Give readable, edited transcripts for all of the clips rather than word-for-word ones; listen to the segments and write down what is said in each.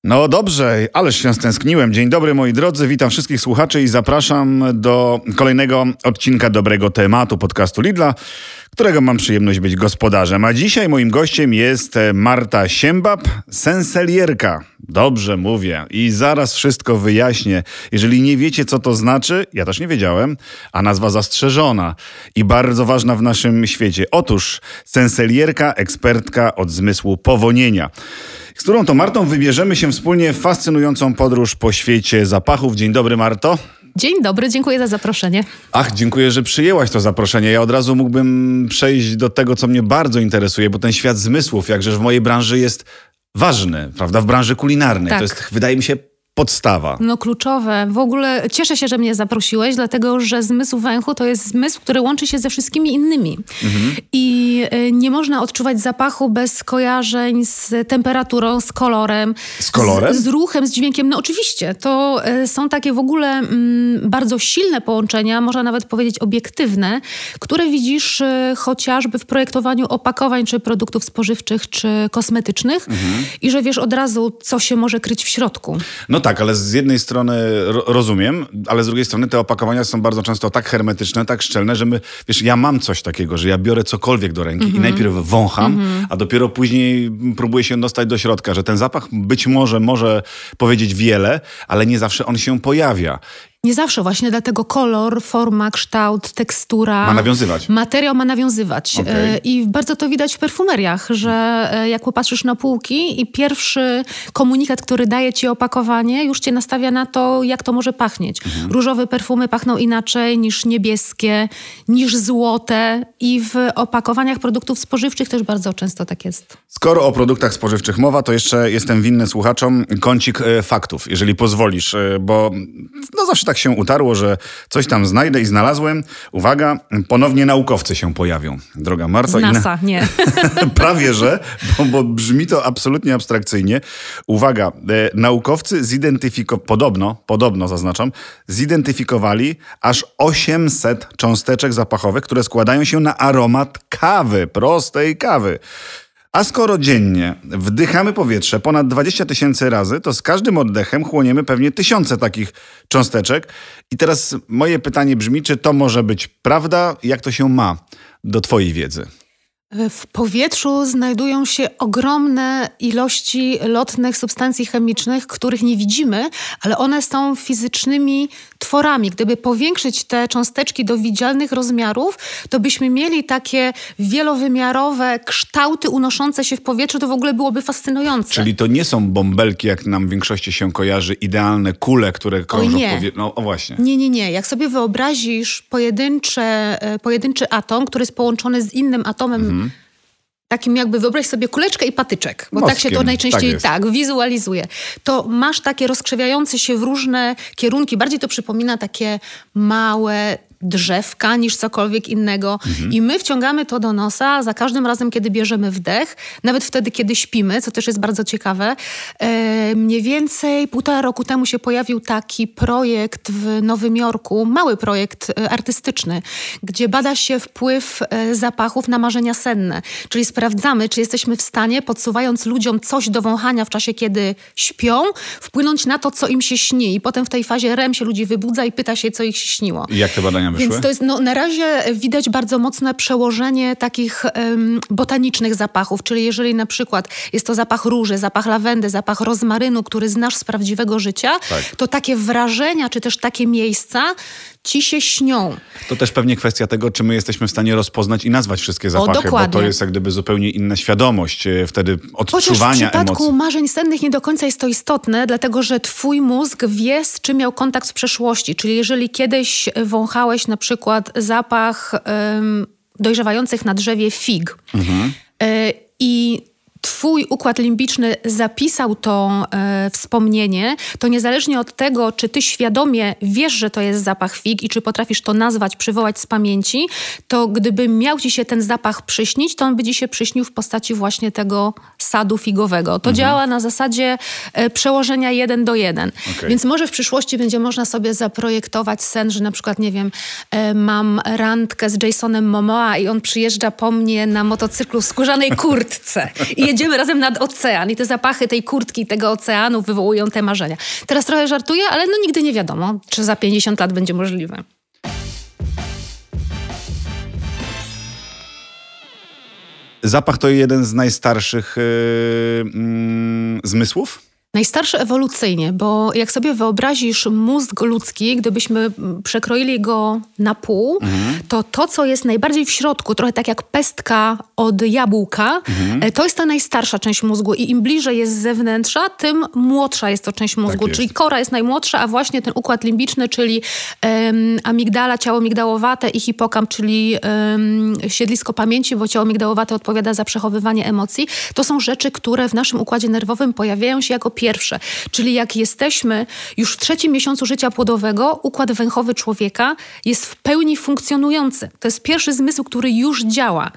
No dobrze, ależ się stęskniłem. Dzień dobry moi drodzy, witam wszystkich słuchaczy i zapraszam do kolejnego odcinka Dobrego Tematu podcastu Lidla, którego mam przyjemność być gospodarzem. A dzisiaj moim gościem jest Marta Siembab, senselierka. Dobrze mówię i zaraz wszystko wyjaśnię. Jeżeli nie wiecie, co to znaczy, ja też nie wiedziałem, a nazwa zastrzeżona i bardzo ważna w naszym świecie. Otóż senselierka, ekspertka od zmysłu powonienia, z którą to Martą wybierzemy się wspólnie w fascynującą podróż po świecie zapachów. Dzień dobry, Marto. Dzień dobry, dziękuję za zaproszenie. Ach, dziękuję, że przyjęłaś to zaproszenie. Ja od razu mógłbym przejść do tego, co mnie bardzo interesuje, bo ten świat zmysłów, jakżeż w mojej branży jest ważny, prawda? W branży kulinarnej. Tak. To jest, wydaje mi się, podstawa. No kluczowe. W ogóle cieszę się, że mnie zaprosiłeś, dlatego że zmysł węchu to jest zmysł, który łączy się ze wszystkimi innymi. I nie można odczuwać zapachu bez skojarzeń z temperaturą, z kolorem. Z kolorem? Z ruchem, z dźwiękiem. No oczywiście. To są takie w ogóle bardzo silne połączenia, można nawet powiedzieć obiektywne, które widzisz chociażby w projektowaniu opakowań, czy produktów spożywczych, czy kosmetycznych. I że wiesz od razu, co się może kryć w środku. No tak, ale z jednej strony rozumiem, ale z drugiej strony te opakowania są bardzo często tak hermetyczne, tak szczelne, że ja mam coś takiego, że ja biorę cokolwiek do ręki i najpierw wącham, a dopiero później próbuję się dostać do środka, że ten zapach być może powiedzieć wiele, ale nie zawsze on się pojawia. Nie zawsze, właśnie dlatego kolor, forma, kształt, tekstura. Ma nawiązywać. Materiał ma nawiązywać. Okay. I bardzo to widać w perfumeriach, że jak popatrzysz na półki i pierwszy komunikat, który daje ci opakowanie, już cię nastawia na to, jak to może pachnieć. Różowe perfumy pachną inaczej niż niebieskie, niż złote i w opakowaniach produktów spożywczych też bardzo często tak jest. Skoro o produktach spożywczych mowa, to jeszcze jestem winny słuchaczom kącik faktów, jeżeli pozwolisz, bo zawsze tak się utarło, że coś tam znajdę i znalazłem. Uwaga, ponownie naukowcy się pojawią. Droga Marto. Z NASA, nie. Prawie, że, bo brzmi to absolutnie abstrakcyjnie. Uwaga, naukowcy podobno zaznaczam, zidentyfikowali aż 800 cząsteczek zapachowych, które składają się na aromat kawy, prostej kawy. A skoro dziennie wdychamy powietrze ponad 20 000 razy, to z każdym oddechem chłoniemy pewnie tysiące takich cząsteczek. I teraz moje pytanie brzmi, czy to może być prawda? Jak to się ma do twojej wiedzy? W powietrzu znajdują się ogromne ilości lotnych substancji chemicznych, których nie widzimy, ale one są fizycznymi tworami. Gdyby powiększyć te cząsteczki do widzialnych rozmiarów, to byśmy mieli takie wielowymiarowe kształty unoszące się w powietrzu, to w ogóle byłoby fascynujące. Czyli to nie są bąbelki, jak nam w większości się kojarzy, idealne kule, które krążą w powietrzu. No o właśnie. Nie. Jak sobie wyobrazisz pojedynczy atom, który jest połączony z innym atomem, takim jakby wyobraź sobie kuleczkę i patyczek, bo Mostkiem, tak się to najczęściej tak wizualizuje. To masz takie rozkrzewiające się w różne kierunki. Bardziej to przypomina takie małe drzewka niż cokolwiek innego. I my wciągamy to do nosa za każdym razem, kiedy bierzemy wdech, nawet wtedy, kiedy śpimy, co też jest bardzo ciekawe. Mniej więcej 1,5 roku temu się pojawił taki projekt w Nowym Jorku, mały projekt artystyczny, gdzie bada się wpływ zapachów na marzenia senne. Czyli sprawdzamy, czy jesteśmy w stanie, podsuwając ludziom coś do wąchania w czasie, kiedy śpią, wpłynąć na to, co im się śni. I potem w tej fazie REM się ludzi wybudza i pyta się, co ich się śniło. I jak te badania wyszły? Więc to jest, na razie widać bardzo mocne przełożenie takich botanicznych zapachów, czyli jeżeli na przykład jest to zapach róży, zapach lawendy, zapach rozmarynu, który znasz z prawdziwego życia, to takie wrażenia, czy też takie miejsca ci się śnią. To też pewnie kwestia tego, czy my jesteśmy w stanie rozpoznać i nazwać wszystkie zapachy, bo to jest jak gdyby zupełnie inna świadomość wtedy odczuwania emocji. W przypadku marzeń sennych nie do końca jest to istotne, dlatego że twój mózg wie, z czym miał kontakt w przeszłości. Czyli jeżeli kiedyś wąchałeś na przykład zapach dojrzewających na drzewie fig i twój układ limbiczny zapisał to wspomnienie, to niezależnie od tego, czy ty świadomie wiesz, że to jest zapach fig i czy potrafisz to nazwać, przywołać z pamięci, to gdyby miał ci się ten zapach przyśnić, to on by ci się przyśnił w postaci właśnie tego sadu figowego. To działa na zasadzie przełożenia 1 do 1. Okay. Więc może w przyszłości będzie można sobie zaprojektować sen, że na przykład, nie wiem, mam randkę z Jasonem Momoa i on przyjeżdża po mnie na motocyklu w skórzanej kurtce i jedziemy lecimy razem nad ocean i te zapachy tej kurtki, tego oceanu wywołują te marzenia. Teraz trochę żartuję, ale no nigdy nie wiadomo, czy za 50 lat będzie możliwe. Zapach to jeden z najstarszych zmysłów? Najstarszy ewolucyjnie, bo jak sobie wyobrazisz mózg ludzki, gdybyśmy przekroili go na pół, to co jest najbardziej w środku, trochę tak jak pestka od jabłka, to jest ta najstarsza część mózgu i im bliżej jest z zewnętrza, tym młodsza jest to część mózgu. Tak, czyli kora jest najmłodsza, a właśnie ten układ limbiczny, czyli amigdala, ciało migdałowate i hipokamp, czyli siedlisko pamięci, bo ciało migdałowate odpowiada za przechowywanie emocji. To są rzeczy, które w naszym układzie nerwowym pojawiają się jako pierwsze. Czyli jak jesteśmy już w 3. miesiącu życia płodowego, układ węchowy człowieka jest w pełni funkcjonujący. To jest pierwszy zmysł, który już działa.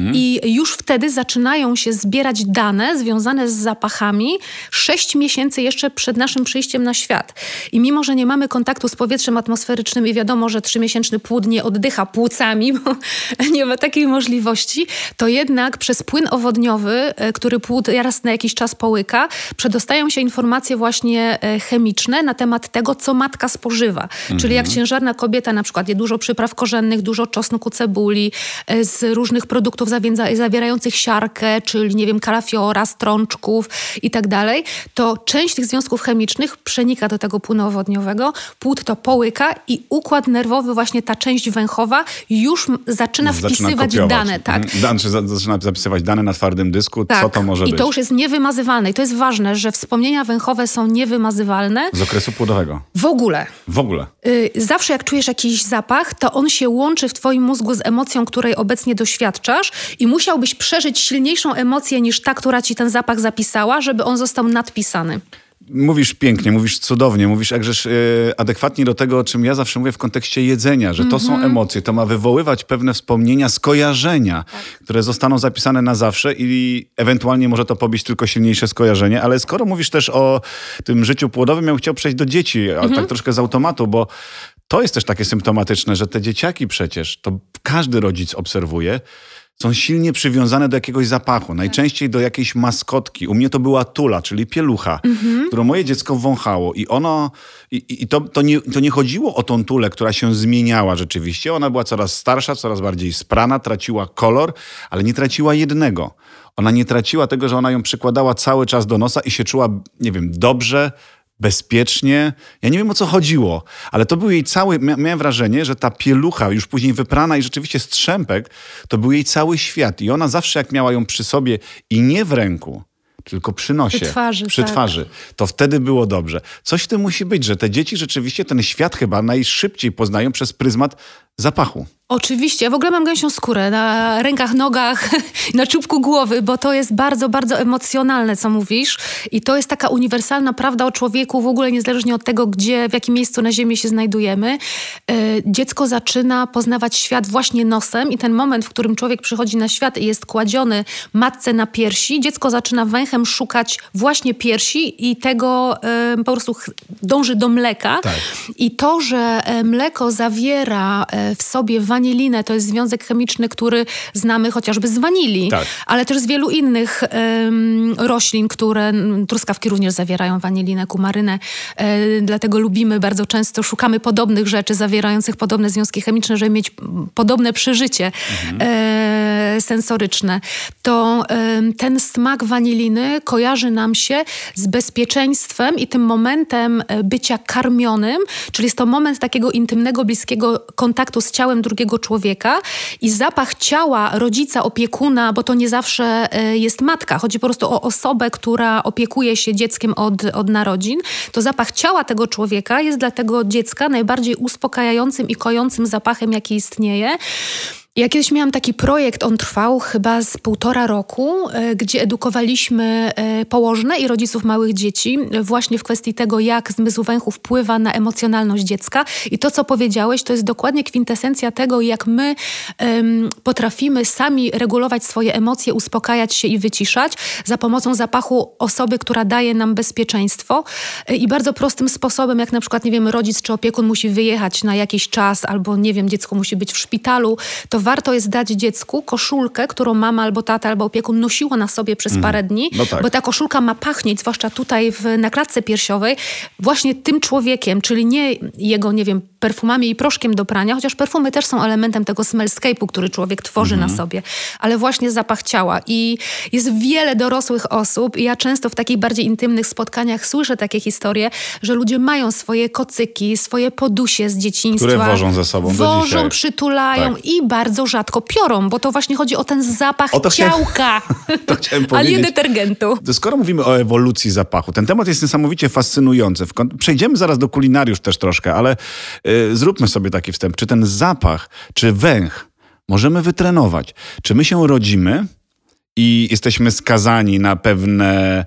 I już wtedy zaczynają się zbierać dane związane z zapachami 6 miesięcy jeszcze przed naszym przyjściem na świat. I mimo, że nie mamy kontaktu z powietrzem atmosferycznym i wiadomo, że 3-miesięczny płód nie oddycha płucami, bo nie ma takiej możliwości, to jednak przez płyn owodniowy, który płód raz na jakiś czas połyka, przedostają się informacje właśnie chemiczne na temat tego, co matka spożywa. Czyli jak ciężarna kobieta na przykład je dużo przypraw korzennych, dużo czosnku, cebuli, z różnych produktów zawierających siarkę, czyli nie wiem, kalafiora, strączków i tak dalej, to część tych związków chemicznych przenika do tego płynu owodniowego, płód to połyka i układ nerwowy, właśnie ta część węchowa już zaczyna wpisywać dane. Tak. Zaczyna zapisywać dane na twardym dysku, tak. Co to może być. I to już jest niewymazywalne. I to jest ważne, że wspomnienia węchowe są niewymazywalne. Z okresu płodowego? W ogóle. W ogóle? Zawsze jak czujesz jakiś zapach, to on się łączy w twoim mózgu z emocją, której obecnie doświadczasz i musiałbyś przeżyć silniejszą emocję niż ta, która ci ten zapach zapisała, żeby on został nadpisany. Mówisz pięknie, mówisz cudownie, mówisz jakżeż adekwatnie do tego, o czym ja zawsze mówię w kontekście jedzenia, że to są emocje, to ma wywoływać pewne wspomnienia, skojarzenia, które zostaną zapisane na zawsze i ewentualnie może to pobić tylko silniejsze skojarzenie, ale skoro mówisz też o tym życiu płodowym, ja bym chciał przejść do dzieci, tak troszkę z automatu, bo to jest też takie symptomatyczne, że te dzieciaki przecież, to każdy rodzic obserwuje, są silnie przywiązane do jakiegoś zapachu. Najczęściej do jakiejś maskotki. U mnie to była Tula, czyli pielucha, którą moje dziecko wąchało. I ono... To nie chodziło o tą Tulę, która się zmieniała rzeczywiście. Ona była coraz starsza, coraz bardziej sprana, traciła kolor, ale nie traciła jednego. Ona nie traciła tego, że ona ją przykładała cały czas do nosa i się czuła, nie wiem, dobrze, bezpiecznie. Ja nie wiem, o co chodziło, ale to był jej cały... Miałem wrażenie, że ta pielucha, już później wyprana i rzeczywiście strzępek, to był jej cały świat. I ona zawsze, jak miała ją przy sobie i nie w ręku, tylko przy nosie, przy twarzy, to wtedy było dobrze. Coś w tym musi być, że te dzieci rzeczywiście ten świat chyba najszybciej poznają przez pryzmat zapachu. Oczywiście. Ja w ogóle mam gęsią skórę na rękach, nogach, na czubku głowy, bo to jest bardzo, bardzo emocjonalne, co mówisz. I to jest taka uniwersalna prawda o człowieku, w ogóle niezależnie od tego, gdzie, w jakim miejscu na ziemi się znajdujemy. Dziecko zaczyna poznawać świat właśnie nosem i ten moment, w którym człowiek przychodzi na świat i jest kładziony matce na piersi, dziecko zaczyna węchem szukać właśnie piersi i tego po prostu dąży do mleka. Tak. I to, że mleko zawiera w sobie wanilinę, to jest związek chemiczny, który znamy chociażby z wanilii, ale też z wielu innych roślin, które truskawki również zawierają wanilinę, kumarynę. Dlatego lubimy bardzo często, szukamy podobnych rzeczy zawierających podobne związki chemiczne, żeby mieć podobne przeżycie sensoryczne. To ten smak waniliny kojarzy nam się z bezpieczeństwem i tym momentem bycia karmionym, czyli jest to moment takiego intymnego, bliskiego kontaktu z ciałem drugiego człowieka i zapach ciała rodzica, opiekuna, bo to nie zawsze jest matka, chodzi po prostu o osobę, która opiekuje się dzieckiem od narodzin, to zapach ciała tego człowieka jest dla tego dziecka najbardziej uspokajającym i kojącym zapachem, jaki istnieje. Ja kiedyś miałam taki projekt, on trwał chyba z 1,5 roku, gdzie edukowaliśmy położne i rodziców małych dzieci właśnie w kwestii tego, jak zmysł węchu wpływa na emocjonalność dziecka. I to, co powiedziałeś, to jest dokładnie kwintesencja tego, jak my potrafimy sami regulować swoje emocje, uspokajać się i wyciszać za pomocą zapachu osoby, która daje nam bezpieczeństwo. I bardzo prostym sposobem, jak na przykład, nie wiem, rodzic czy opiekun musi wyjechać na jakiś czas albo, nie wiem, dziecko musi być w szpitalu, to to warto jest dać dziecku koszulkę, którą mama albo tata, albo opiekun nosiło na sobie przez parę dni, bo ta koszulka ma pachnieć, zwłaszcza tutaj na klatce piersiowej, właśnie tym człowiekiem, czyli nie jego, nie wiem, perfumami i proszkiem do prania, chociaż perfumy też są elementem tego smellscape'u, który człowiek tworzy na sobie, ale właśnie zapach ciała. I jest wiele dorosłych osób i ja często w takich bardziej intymnych spotkaniach słyszę takie historie, że ludzie mają swoje kocyki, swoje podusie z dzieciństwa. Które wożą ze sobą do dzisiaj. Przytulają i bardzo rzadko piorą, bo to właśnie chodzi o ten zapach ciałka, a nie detergentu. Skoro mówimy o ewolucji zapachu, ten temat jest niesamowicie fascynujący. Przejdziemy zaraz do kulinariusz też troszkę, ale zróbmy sobie taki wstęp. Czy ten zapach, czy węch możemy wytrenować? Czy my się rodzimy i jesteśmy skazani na pewne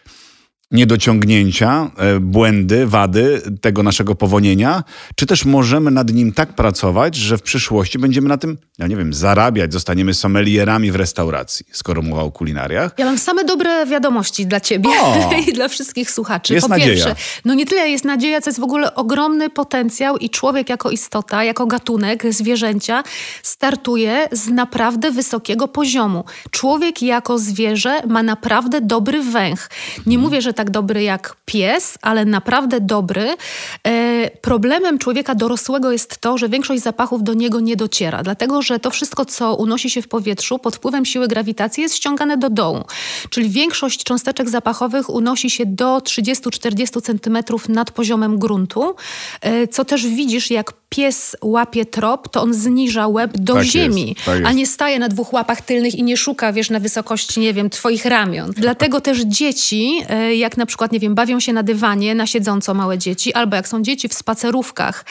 niedociągnięcia, błędy, wady tego naszego powonienia, czy też możemy nad nim tak pracować, że w przyszłości będziemy na tym, ja nie wiem, zarabiać, zostaniemy sommelierami w restauracji, skoro mowa o kulinariach. Ja mam same dobre wiadomości dla ciebie i dla wszystkich słuchaczy. Jest nadzieja. Pierwsze, no nie tyle jest nadzieja, co jest w ogóle ogromny potencjał i człowiek jako istota, jako gatunek zwierzęcia startuje z naprawdę wysokiego poziomu. Człowiek jako zwierzę ma naprawdę dobry węch. Nie mówię, że tak dobry jak pies, ale naprawdę dobry. Problemem człowieka dorosłego jest to, że większość zapachów do niego nie dociera, dlatego że to wszystko, co unosi się w powietrzu pod wpływem siły grawitacji jest ściągane do dołu. Czyli większość cząsteczek zapachowych unosi się do 30-40 centymetrów nad poziomem gruntu, co też widzisz, jak pies łapie trop, to on zniża łeb do ziemi, a nie staje na dwóch łapach tylnych i nie szuka, wiesz, na wysokości, nie wiem, twoich ramion. Dlatego też dzieci, jak na przykład, nie wiem, bawią się na dywanie, na siedząco małe dzieci, albo jak są dzieci w spacerówkach,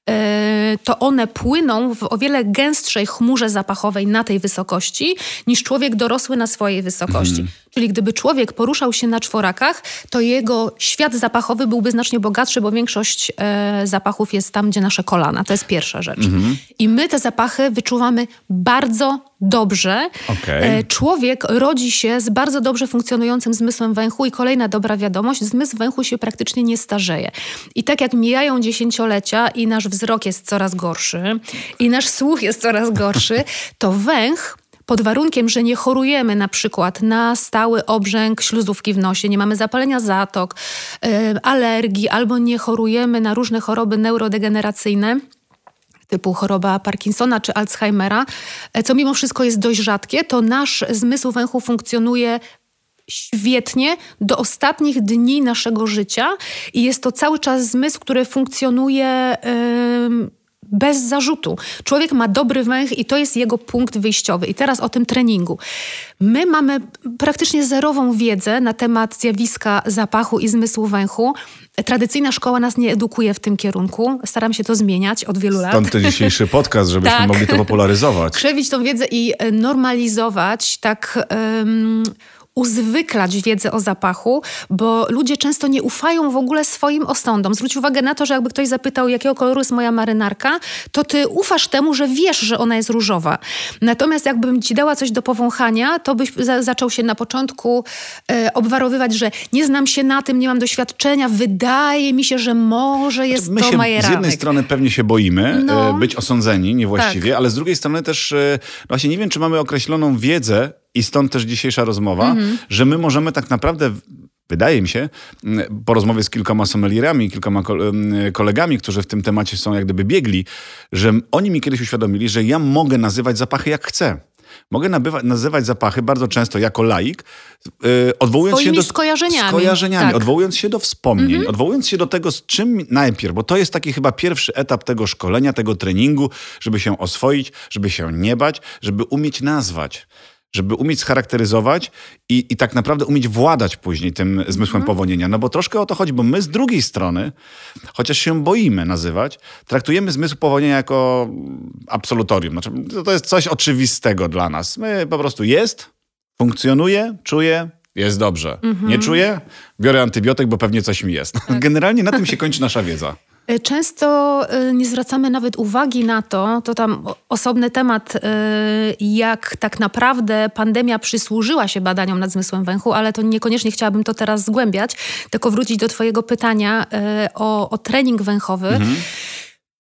to one płyną w o wiele gęstszej chmurze zapachowej na tej wysokości, niż człowiek dorosły na swojej wysokości. Czyli gdyby człowiek poruszał się na czworakach, to jego świat zapachowy byłby znacznie bogatszy, bo większość zapachów jest tam, gdzie nasze kolana. To jest pierwsza rzecz. I my te zapachy wyczuwamy bardzo dobrze. Człowiek rodzi się z bardzo dobrze funkcjonującym zmysłem węchu i kolejna dobra wiadomość, zmysł węchu się praktycznie nie starzeje. I tak jak mijają dziesięciolecia i nasz wzrok jest coraz gorszy i nasz słuch jest coraz gorszy, to węch pod warunkiem, że nie chorujemy na przykład na stały obrzęk śluzówki w nosie, nie mamy zapalenia zatok, alergii albo nie chorujemy na różne choroby neurodegeneracyjne, typu choroba Parkinsona czy Alzheimera, co mimo wszystko jest dość rzadkie, to nasz zmysł węchu funkcjonuje świetnie do ostatnich dni naszego życia i jest to cały czas zmysł, który funkcjonuje bez zarzutu. Człowiek ma dobry węch i to jest jego punkt wyjściowy. I teraz o tym treningu. My mamy praktycznie zerową wiedzę na temat zjawiska zapachu i zmysłu węchu. Tradycyjna szkoła nas nie edukuje w tym kierunku. Staram się to zmieniać od wielu lat. Stąd ten dzisiejszy podcast, żebyśmy mogli to popularyzować. Krzewić tą wiedzę i normalizować, uzwyklać wiedzę o zapachu, bo ludzie często nie ufają w ogóle swoim osądom. Zwróć uwagę na to, że jakby ktoś zapytał, jakiego koloru jest moja marynarka, to ty ufasz temu, że wiesz, że ona jest różowa. Natomiast jakbym ci dała coś do powąchania, to byś zaczął się na początku obwarowywać, że nie znam się na tym, nie mam doświadczenia, wydaje mi się, że może jest to majeranek. Z jednej strony pewnie się boimy być osądzeni niewłaściwie, ale z drugiej strony też właśnie nie wiem, czy mamy określoną wiedzę i stąd też dzisiejsza rozmowa, że my możemy tak naprawdę, wydaje mi się, po rozmowie z kilkoma sommelierami, kilkoma kolegami, którzy w tym temacie są jak gdyby biegli, że oni mi kiedyś uświadomili, że ja mogę nazywać zapachy jak chcę. Mogę nazywać zapachy bardzo często jako laik, odwołując się do skojarzeniami, odwołując się do wspomnień, odwołując się do tego, z czym najpierw, bo to jest taki chyba pierwszy etap tego szkolenia, tego treningu, żeby się oswoić, żeby się nie bać, żeby umieć nazwać, żeby umieć scharakteryzować i tak naprawdę umieć władać później tym zmysłem powonienia. No bo troszkę o to chodzi, bo my z drugiej strony, chociaż się boimy nazywać, traktujemy zmysł powonienia jako absolutorium. Znaczy, to jest coś oczywistego dla nas. My po prostu funkcjonuje, czuję, jest dobrze. Nie czuję, biorę antybiotyk, bo pewnie coś mi jest. Generalnie na tym się kończy nasza wiedza. Często nie zwracamy nawet uwagi na to tam osobny temat, jak tak naprawdę pandemia przysłużyła się badaniom nad zmysłem węchu, ale to niekoniecznie chciałabym to teraz zgłębiać, tylko wrócić do twojego pytania o trening węchowy.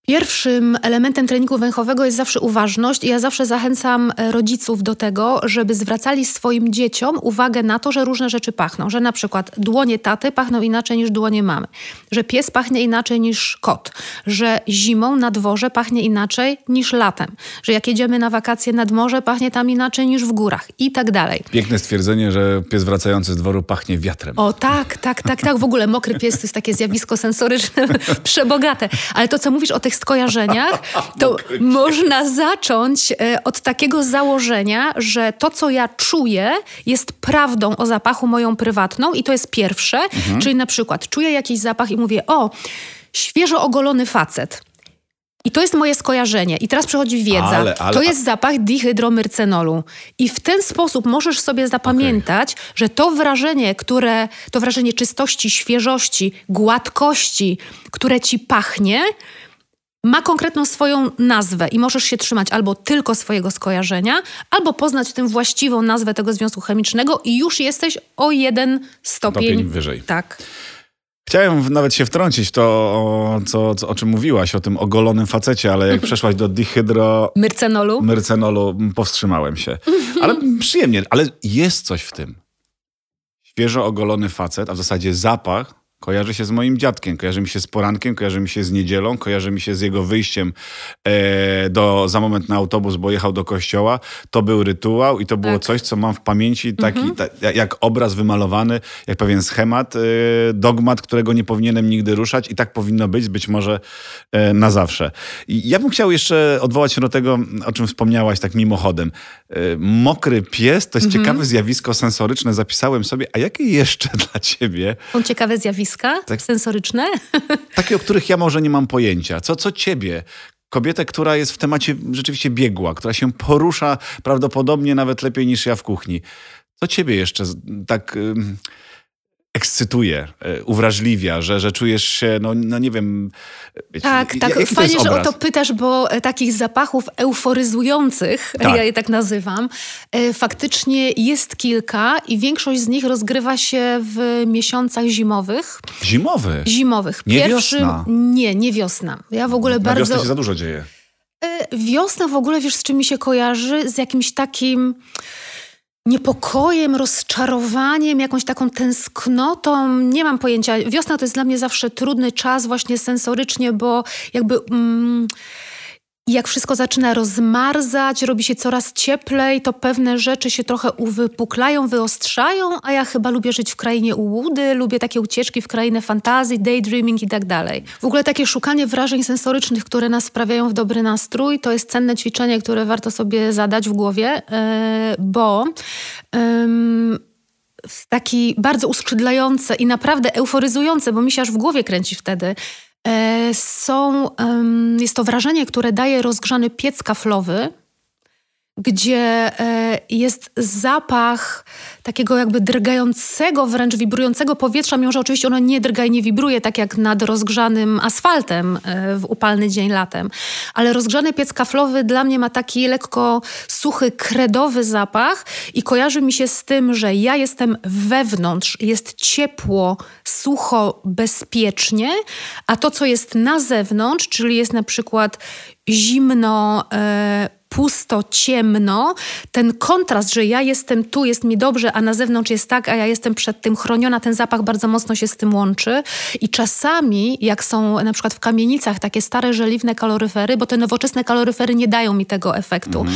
Pierwszym elementem treningu węchowego jest zawsze uważność i ja zawsze zachęcam rodziców do tego, żeby zwracali swoim dzieciom uwagę na to, że różne rzeczy pachną. Że na przykład dłonie taty pachną inaczej niż dłonie mamy. Że pies pachnie inaczej niż kot. Że zimą na dworze pachnie inaczej niż latem. Że jak jedziemy na wakacje nad morze, pachnie tam inaczej niż w górach i tak dalej. Piękne stwierdzenie, że pies wracający z dworu pachnie wiatrem. O tak. W ogóle mokry pies to jest takie zjawisko sensoryczne przebogate. Ale to, co mówisz o tych skojarzeniach, to można zacząć od takiego założenia, że to, co ja czuję, jest prawdą o zapachu moją prywatną i to jest pierwsze. Czyli na przykład czuję jakiś zapach i mówię, o, świeżo ogolony facet. I to jest moje skojarzenie. I teraz przychodzi wiedza. To jest zapach dihydromyrcenolu. I w ten sposób możesz sobie zapamiętać, że to wrażenie czystości, świeżości, gładkości, które ci pachnie, ma konkretną swoją nazwę i możesz się trzymać albo tylko swojego skojarzenia, albo poznać w tym właściwą nazwę tego związku chemicznego i już jesteś o 1 stopień wyżej. Tak. Chciałem nawet się wtrącić w to, o czym mówiłaś, o tym ogolonym facecie, ale jak przeszłaś do dihydromyrcenolu, powstrzymałem się. Ale przyjemnie, ale jest coś w tym. Świeżo ogolony facet, a w zasadzie zapach, kojarzy się z moim dziadkiem, kojarzy mi się z porankiem, kojarzy mi się z niedzielą, kojarzy mi się z jego wyjściem za moment na autobus, bo jechał do kościoła. To był rytuał i to było coś, co mam w pamięci, taki jak obraz wymalowany, jak pewien schemat, dogmat, którego nie powinienem nigdy ruszać i tak powinno być może na zawsze. I ja bym chciał jeszcze odwołać się do tego, o czym wspomniałaś tak mimochodem. Mokry pies to jest ciekawe zjawisko sensoryczne, zapisałem sobie, a jakie jeszcze dla ciebie? Są ciekawe zjawiska sensoryczne? Takie, o których ja może nie mam pojęcia. Co ciebie, kobietę, która jest w temacie rzeczywiście biegła, która się porusza prawdopodobnie nawet lepiej niż ja w kuchni. Co ciebie jeszcze tak ekscytuje, uwrażliwia, że czujesz się, no nie wiem... Tak, fajnie, że o to pytasz, bo takich zapachów euforyzujących, ja je tak nazywam, faktycznie jest kilka i większość z nich rozgrywa się w miesiącach zimowych. Zimowych. Nie wiosna? Nie wiosna. Ja w ogóle Na wiosnę się za dużo dzieje. Wiosna w ogóle, wiesz, z czym mi się kojarzy? Z jakimś takim... niepokojem, rozczarowaniem, jakąś taką tęsknotą. Nie mam pojęcia. Wiosna to jest dla mnie zawsze trudny czas właśnie sensorycznie, bo jakby jak wszystko zaczyna rozmarzać, robi się coraz cieplej, to pewne rzeczy się trochę uwypuklają, wyostrzają, a ja chyba lubię żyć w krainie ułudy, lubię takie ucieczki w krainę fantazji, daydreaming i tak dalej. W ogóle takie szukanie wrażeń sensorycznych, które nas sprawiają w dobry nastrój, to jest cenne ćwiczenie, które warto sobie zadać w głowie, bo taki bardzo uskrzydlające i naprawdę euforyzujące, bo mi się aż w głowie kręci wtedy, jest to wrażenie, które daje rozgrzany piec kaflowy, gdzie jest zapach takiego jakby drgającego, wręcz wibrującego powietrza, mimo że oczywiście ono nie drga i nie wibruje tak jak nad rozgrzanym asfaltem w upalny dzień latem. Ale rozgrzany piec kaflowy dla mnie ma taki lekko suchy, kredowy zapach i kojarzy mi się z tym, że ja jestem wewnątrz, jest ciepło, sucho, bezpiecznie, a to, co jest na zewnątrz, czyli jest na przykład zimno, pusto, ciemno, ten kontrast, że ja jestem tu, jest mi dobrze, a na zewnątrz jest tak, a ja jestem przed tym chroniona, ten zapach bardzo mocno się z tym łączy. I czasami, jak są na przykład w kamienicach takie stare, żeliwne kaloryfery, bo te nowoczesne kaloryfery nie dają mi tego efektu.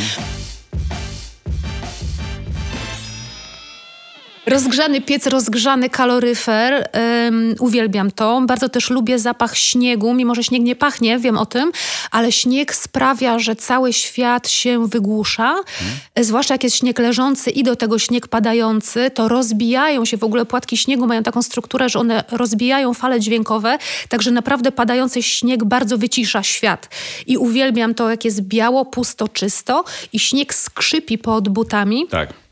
Rozgrzany piec, rozgrzany kaloryfer, uwielbiam to. Bardzo też lubię zapach śniegu, mimo że śnieg nie pachnie, wiem o tym, ale śnieg sprawia, że cały świat się wygłusza. Zwłaszcza jak jest śnieg leżący i do tego śnieg padający, to rozbijają się, w ogóle płatki śniegu mają taką strukturę, że one rozbijają fale dźwiękowe, także naprawdę padający śnieg bardzo wycisza świat. I uwielbiam to, jak jest biało, pusto, czysto i śnieg skrzypi pod butami. Tak.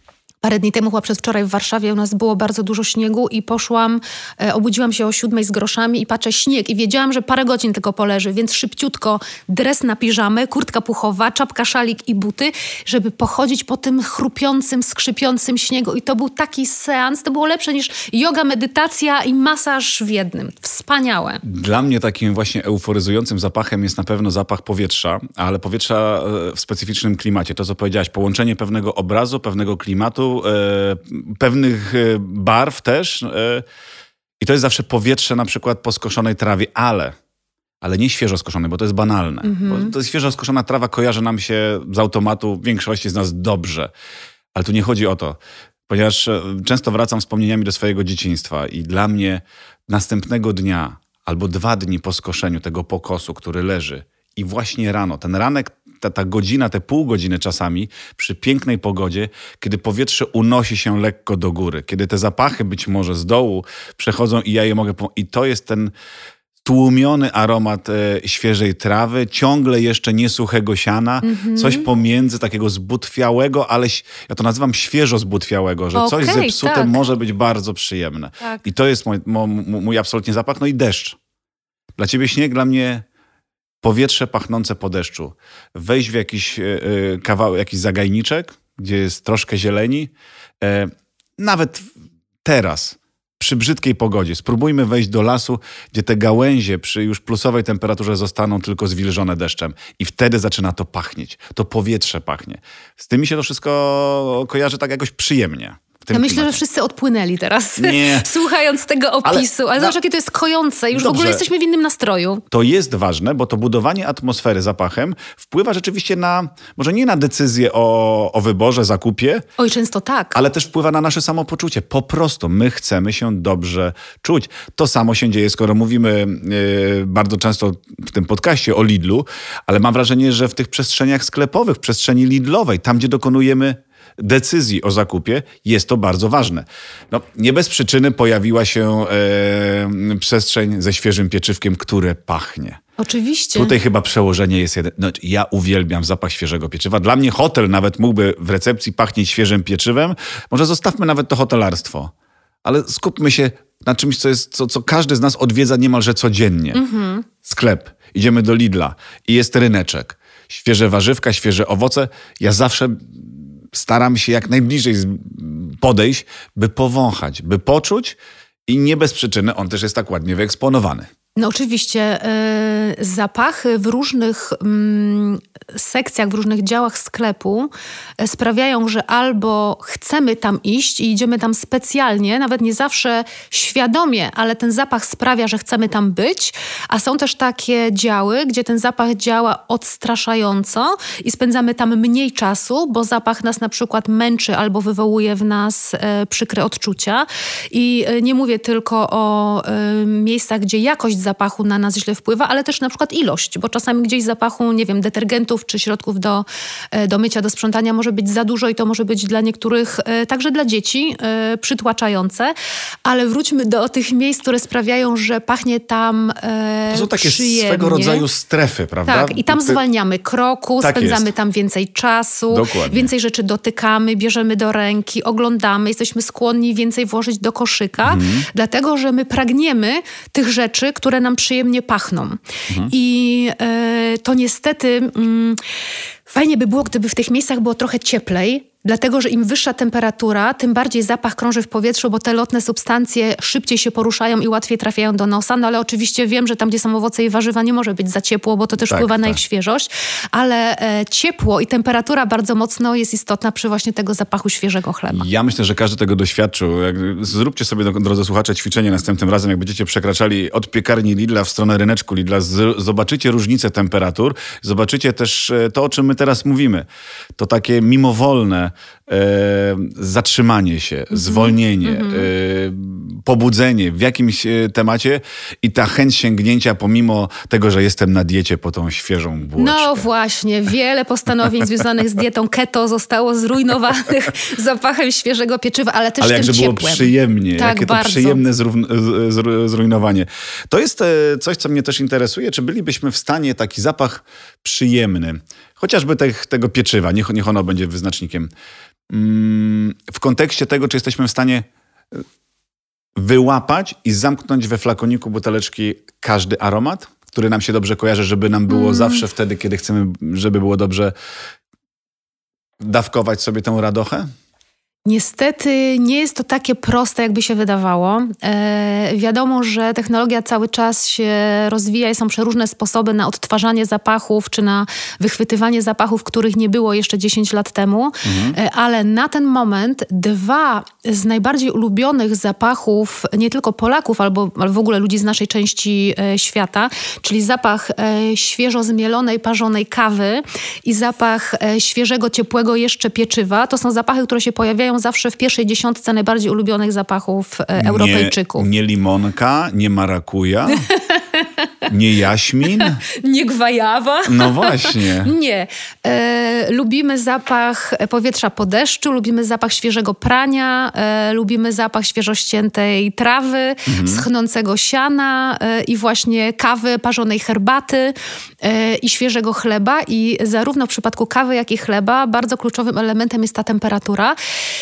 Parę dni temu, chyba przedwczoraj w Warszawie u nas było bardzo dużo śniegu i obudziłam się o 7 z groszami i patrzę śnieg i wiedziałam, że parę godzin tylko poleży, więc szybciutko dres na piżamę, kurtka puchowa, czapka, szalik i buty, żeby pochodzić po tym chrupiącym, skrzypiącym śniegu. I to był taki seans, to było lepsze niż joga, medytacja i masaż w jednym. Wspaniałe. Dla mnie takim właśnie euforyzującym zapachem jest na pewno zapach powietrza, ale powietrza w specyficznym klimacie. To, co powiedziałaś, połączenie pewnego obrazu, pewnego klimatu, pewnych barw też. I to jest zawsze powietrze na przykład po skoszonej trawie, ale nie świeżo skoszonej, bo to jest banalne. Bo to jest świeżo skoszona trawa kojarzy nam się z automatu większości z nas dobrze. Ale tu nie chodzi o to, ponieważ często wracam wspomnieniami do swojego dzieciństwa i dla mnie następnego dnia albo 2 dni po skoszeniu tego pokosu, który leży i właśnie rano, ten ranek, ta godzina, te pół godziny czasami przy pięknej pogodzie, kiedy powietrze unosi się lekko do góry, kiedy te zapachy być może z dołu przechodzą i ja je mogę... I to jest ten tłumiony aromat świeżej trawy, ciągle jeszcze niesuchego siana, coś pomiędzy takiego zbutwiałego, ale ja to nazywam świeżo zbutwiałego, że coś zepsute może być bardzo przyjemne. Tak. I to jest mój absolutnie zapach. No i deszcz. Dla ciebie śnieg, dla mnie powietrze pachnące po deszczu. Wejść w jakiś kawałek, jakiś zagajniczek, gdzie jest troszkę zieleni. Nawet teraz, przy brzydkiej pogodzie, spróbujmy wejść do lasu, gdzie te gałęzie przy już plusowej temperaturze zostaną tylko zwilżone deszczem. I wtedy zaczyna to pachnieć. To powietrze pachnie. Z tym mi się to wszystko kojarzy tak jakoś przyjemnie. Ja myślę, że wszyscy odpłynęli teraz, słuchając tego opisu. Ale zobacz, jakie to jest kojące. Już w ogóle jesteśmy w innym nastroju. To jest ważne, bo to budowanie atmosfery zapachem wpływa rzeczywiście może nie na decyzję o wyborze, zakupie. Oj, często tak. Ale też wpływa na nasze samopoczucie. Po prostu my chcemy się dobrze czuć. To samo się dzieje, skoro mówimy bardzo często w tym podcaście o Lidlu, ale mam wrażenie, że w tych przestrzeniach sklepowych, przestrzeni Lidlowej, tam gdzie dokonujemy decyzji o zakupie, jest to bardzo ważne. Nie bez przyczyny pojawiła się przestrzeń ze świeżym pieczywkiem, które pachnie. Oczywiście. Tutaj chyba przełożenie jest ja uwielbiam zapach świeżego pieczywa. Dla mnie hotel nawet mógłby w recepcji pachnieć świeżym pieczywem. Może zostawmy nawet to hotelarstwo. Ale skupmy się na czymś, co każdy z nas odwiedza niemalże codziennie. Sklep. Idziemy do Lidla i jest ryneczek. Świeże warzywka, świeże owoce. Ja zawsze staram się jak najbliżej podejść, by powąchać, by poczuć i nie bez przyczyny on też jest tak ładnie wyeksponowany. No oczywiście zapachy w różnych sekcjach, w różnych działach sklepu sprawiają, że albo chcemy tam iść i idziemy tam specjalnie, nawet nie zawsze świadomie, ale ten zapach sprawia, że chcemy tam być, a są też takie działy, gdzie ten zapach działa odstraszająco i spędzamy tam mniej czasu, bo zapach nas na przykład męczy albo wywołuje w nas przykre odczucia. I nie mówię tylko o miejscach, gdzie jakość zapachu na nas źle wpływa, ale też na przykład ilość, bo czasami gdzieś zapachu, nie wiem, detergentów czy środków do mycia, do sprzątania może być za dużo i to może być dla niektórych, także dla dzieci, przytłaczające, ale wróćmy do tych miejsc, które sprawiają, że pachnie tam to są takie przyjemnie. Swego rodzaju strefy, prawda? Tak, i tam zwalniamy kroku, spędzamy tam więcej czasu, Dokładnie. więcej rzeczy dotykamy, bierzemy do ręki, oglądamy, jesteśmy skłonni więcej włożyć do koszyka, dlatego, że my pragniemy tych rzeczy, które nam przyjemnie pachną. I to niestety fajnie by było, gdyby w tych miejscach było trochę cieplej, dlatego, że im wyższa temperatura, tym bardziej zapach krąży w powietrzu, bo te lotne substancje szybciej się poruszają i łatwiej trafiają do nosa. No ale oczywiście wiem, że tam, gdzie są owoce i warzywa, nie może być za ciepło, bo to też wpływa na ich świeżość. Ale ciepło i temperatura bardzo mocno jest istotna przy właśnie tego zapachu świeżego chleba. Ja myślę, że każdy tego doświadczył. Zróbcie sobie, drodzy słuchacze, ćwiczenie następnym razem, jak będziecie przekraczali od piekarni Lidla w stronę ryneczku Lidla. Zobaczycie różnicę temperatur. Zobaczycie też to, o czym my teraz mówimy. To takie mimowolne zatrzymanie się, zwolnienie, pobudzenie w jakimś temacie i ta chęć sięgnięcia pomimo tego, że jestem na diecie po tą świeżą bułeczkę. No właśnie, wiele postanowień związanych z dietą keto zostało zrujnowanych zapachem świeżego pieczywa, ale też tym ciepłem. Było przyjemnie, tak, jakie to bardzo. przyjemne zrujnowanie. To jest coś, co mnie też interesuje, czy bylibyśmy w stanie taki zapach przyjemny, chociażby tego pieczywa, niech ono będzie wyznacznikiem, w kontekście tego, czy jesteśmy w stanie wyłapać i zamknąć we flakoniku buteleczki każdy aromat, który nam się dobrze kojarzy, żeby nam było zawsze wtedy, kiedy chcemy, żeby było dobrze dawkować sobie tę radochę? Niestety nie jest to takie proste, jakby się wydawało. Wiadomo, że technologia cały czas się rozwija i są przeróżne sposoby na odtwarzanie zapachów, czy na wychwytywanie zapachów, których nie było jeszcze 10 lat temu. Ale na ten moment 2 z najbardziej ulubionych zapachów nie tylko Polaków, ale w ogóle ludzi z naszej części świata, czyli zapach świeżo zmielonej, parzonej kawy i zapach świeżego, ciepłego jeszcze pieczywa. To są zapachy, które się pojawiają zawsze w pierwszej 10 najbardziej ulubionych zapachów Europejczyków. Nie limonka, nie marakuja, nie jaśmin. Nie gwajawa. No właśnie. Nie. Lubimy zapach powietrza po deszczu, lubimy zapach świeżego prania, lubimy zapach świeżo ściętej trawy, schnącego siana i właśnie kawy, parzonej herbaty i świeżego chleba. I zarówno w przypadku kawy, jak i chleba bardzo kluczowym elementem jest ta temperatura.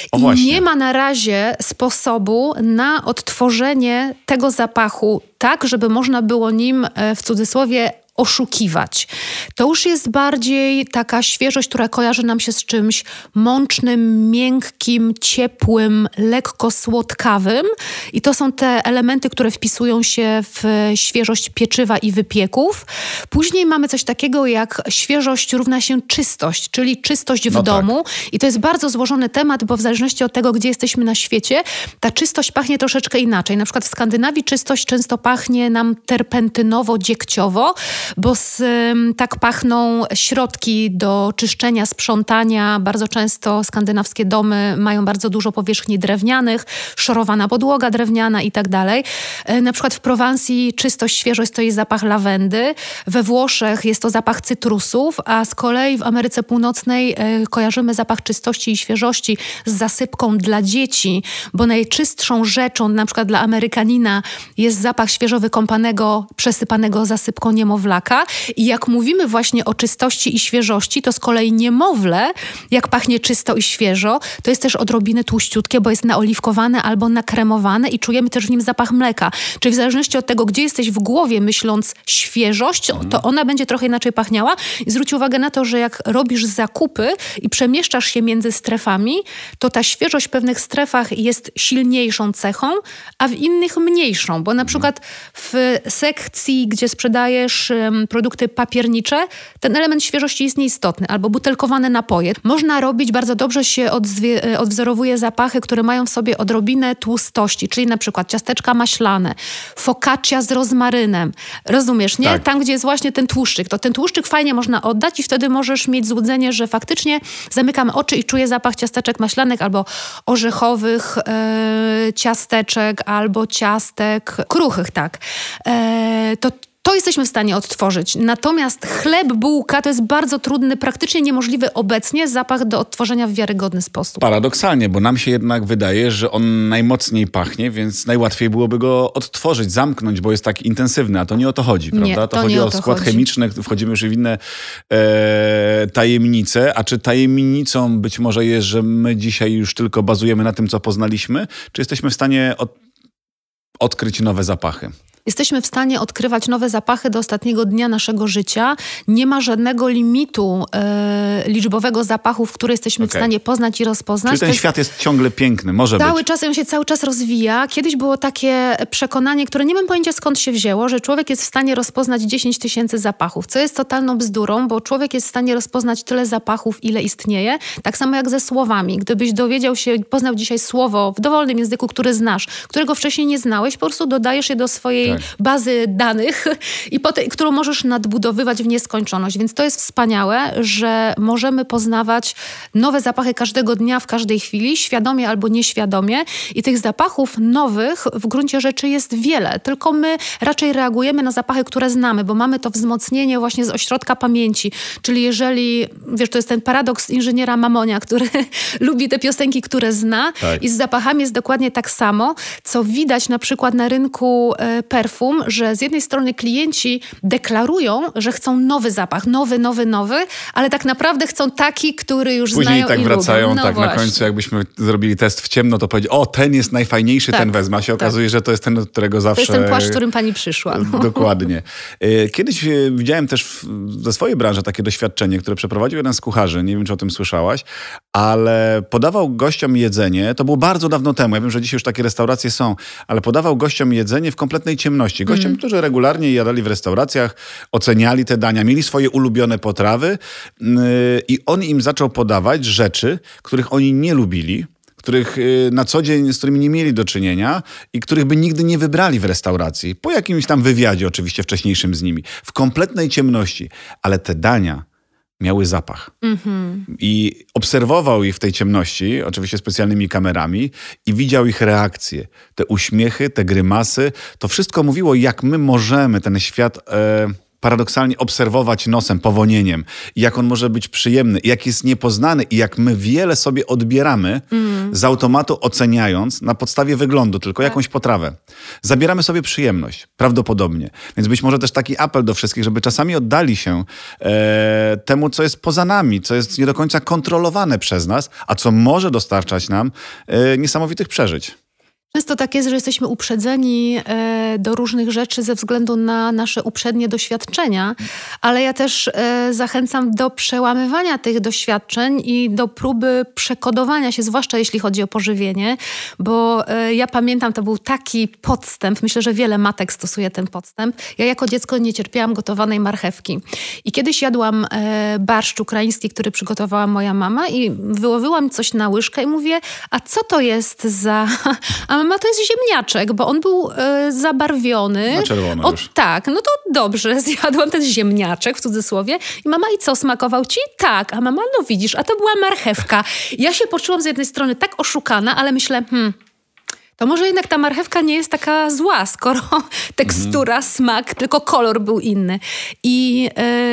I nie ma na razie sposobu na odtworzenie tego zapachu tak, żeby można było nim w cudzysłowie oszukiwać. To już jest bardziej taka świeżość, która kojarzy nam się z czymś mącznym, miękkim, ciepłym, lekko słodkawym. I to są te elementy, które wpisują się w świeżość pieczywa i wypieków. Później mamy coś takiego jak świeżość równa się czystość, czyli czystość w domu. Tak. I to jest bardzo złożony temat, bo w zależności od tego, gdzie jesteśmy na świecie, ta czystość pachnie troszeczkę inaczej. Na przykład w Skandynawii czystość często pachnie nam terpentynowo-dziegciowo, bo tak pachną środki do czyszczenia, sprzątania. Bardzo często skandynawskie domy mają bardzo dużo powierzchni drewnianych, szorowana podłoga drewniana i tak dalej. Na przykład w Prowansji czystość, świeżość to jest zapach lawendy. We Włoszech jest to zapach cytrusów, a z kolei w Ameryce Północnej kojarzymy zapach czystości i świeżości z zasypką dla dzieci, bo najczystszą rzeczą na przykład dla Amerykanina jest zapach świeżo wykąpanego, przesypanego zasypką niemowlaka. I jak mówimy właśnie o czystości i świeżości, to z kolei niemowlę, jak pachnie czysto i świeżo, to jest też odrobinę tłuściutkie, bo jest naoliwkowane albo nakremowane i czujemy też w nim zapach mleka. Czyli w zależności od tego, gdzie jesteś w głowie myśląc świeżość, to ona będzie trochę inaczej pachniała. I zwróć uwagę na to, że jak robisz zakupy i przemieszczasz się między strefami, to ta świeżość w pewnych strefach jest silniejszą cechą, a w innych mniejszą. Bo na przykład w sekcji, gdzie sprzedajesz produkty papiernicze, ten element świeżości jest nieistotny. Albo butelkowane napoje. Można robić, bardzo dobrze się odwzorowuje zapachy, które mają w sobie odrobinę tłustości, czyli na przykład ciasteczka maślane, focaccia z rozmarynem. Rozumiesz, nie? Tak. Tam, gdzie jest właśnie ten tłuszczyk. To ten tłuszczyk fajnie można oddać i wtedy możesz mieć złudzenie, że faktycznie zamykam oczy i czuję zapach ciasteczek maślanych albo orzechowych ciasteczek, albo ciastek kruchych, tak. To jesteśmy w stanie odtworzyć. Natomiast chleb, bułka to jest bardzo trudny, praktycznie niemożliwy obecnie zapach do odtworzenia w wiarygodny sposób. Paradoksalnie, bo nam się jednak wydaje, że on najmocniej pachnie, więc najłatwiej byłoby go odtworzyć, zamknąć, bo jest tak intensywny, a to nie o to chodzi, prawda? Nie, to chodzi o skład chemiczny, wchodzimy już w inne tajemnice. A czy tajemnicą być może jest, że my dzisiaj już tylko bazujemy na tym, co poznaliśmy? Czy jesteśmy w stanie odkryć nowe zapachy? Jesteśmy w stanie odkrywać nowe zapachy do ostatniego dnia naszego życia. Nie ma żadnego limitu liczbowego zapachów, które jesteśmy w stanie poznać i rozpoznać. Czyli ten świat jest ciągle piękny, może być. On się cały czas rozwija. Kiedyś było takie przekonanie, które nie mam pojęcia skąd się wzięło, że człowiek jest w stanie rozpoznać 10 000 zapachów, co jest totalną bzdurą, bo człowiek jest w stanie rozpoznać tyle zapachów, ile istnieje. Tak samo jak ze słowami. Gdybyś poznał dzisiaj słowo w dowolnym języku, który znasz, którego wcześniej nie znałeś, po prostu dodajesz je do swojej bazy danych, którą możesz nadbudowywać w nieskończoność. Więc to jest wspaniałe, że możemy poznawać nowe zapachy każdego dnia, w każdej chwili, świadomie albo nieświadomie. I tych zapachów nowych w gruncie rzeczy jest wiele. Tylko my raczej reagujemy na zapachy, które znamy, bo mamy to wzmocnienie właśnie z ośrodka pamięci. Czyli jeżeli, to jest ten paradoks inżyniera Mamonia, który lubi te piosenki, które zna. Tak. I z zapachami jest dokładnie tak samo, co widać na przykład na rynku perskim, perfum, że z jednej strony klienci deklarują, że chcą nowy zapach, nowy, ale tak naprawdę chcą taki, który już później znają tak i wracają, lubią. tak Właśnie. Na końcu jakbyśmy zrobili test w ciemno, to powiedzieć, ten jest najfajniejszy, ten wezmę. A się okazuje, że to jest ten, do którego zawsze... To jest ten płaszcz, którym pani przyszła. Dokładnie. Kiedyś widziałem też ze swojej branży takie doświadczenie, które przeprowadził jeden z kucharzy, nie wiem, czy o tym słyszałaś, ale podawał gościom jedzenie, to było bardzo dawno temu, ja wiem, że dzisiaj już takie restauracje są, ale podawał gościom jedzenie w kompletnej ciemności. Gościom, którzy regularnie jadali w restauracjach, oceniali te dania, mieli swoje ulubione potrawy i on im zaczął podawać rzeczy, których oni nie lubili, których na co dzień, z którymi nie mieli do czynienia i których by nigdy nie wybrali w restauracji. Po jakimś tam wywiadzie oczywiście wcześniejszym z nimi. W kompletnej ciemności. Ale te dania miały zapach. I obserwował ich w tej ciemności, oczywiście specjalnymi kamerami i widział ich reakcje. Te uśmiechy, te grymasy. To wszystko mówiło, jak my możemy ten świat... paradoksalnie obserwować nosem, powonieniem. I jak on może być przyjemny, i jak jest niepoznany, i jak my wiele sobie odbieramy z automatu, oceniając na podstawie wyglądu tylko jakąś potrawę. Zabieramy sobie przyjemność, prawdopodobnie. Więc być może też taki apel do wszystkich, żeby czasami oddali się temu, co jest poza nami, co jest nie do końca kontrolowane przez nas, a co może dostarczać nam niesamowitych przeżyć. Często tak jest, że jesteśmy uprzedzeni do różnych rzeczy ze względu na nasze uprzednie doświadczenia, ale ja też zachęcam do przełamywania tych doświadczeń i do próby przekodowania się, zwłaszcza jeśli chodzi o pożywienie, bo ja pamiętam, to był taki podstęp, myślę, że wiele matek stosuje ten podstęp. Ja jako dziecko nie cierpiałam gotowanej marchewki i kiedyś jadłam barszcz ukraiński, który przygotowała moja mama i wyłowiłam coś na łyżkę i mówię, a co to jest za... A mama, to jest ziemniaczek, bo on był zabarwiony. Na czerwono już. Tak, no to dobrze, zjadłam ten ziemniaczek w cudzysłowie. I mama, i co, smakował ci? Tak. A mama, no widzisz, a to była marchewka. Ja się poczułam z jednej strony tak oszukana, ale myślę, to może jednak ta marchewka nie jest taka zła, skoro tekstura, smak, tylko kolor był inny. I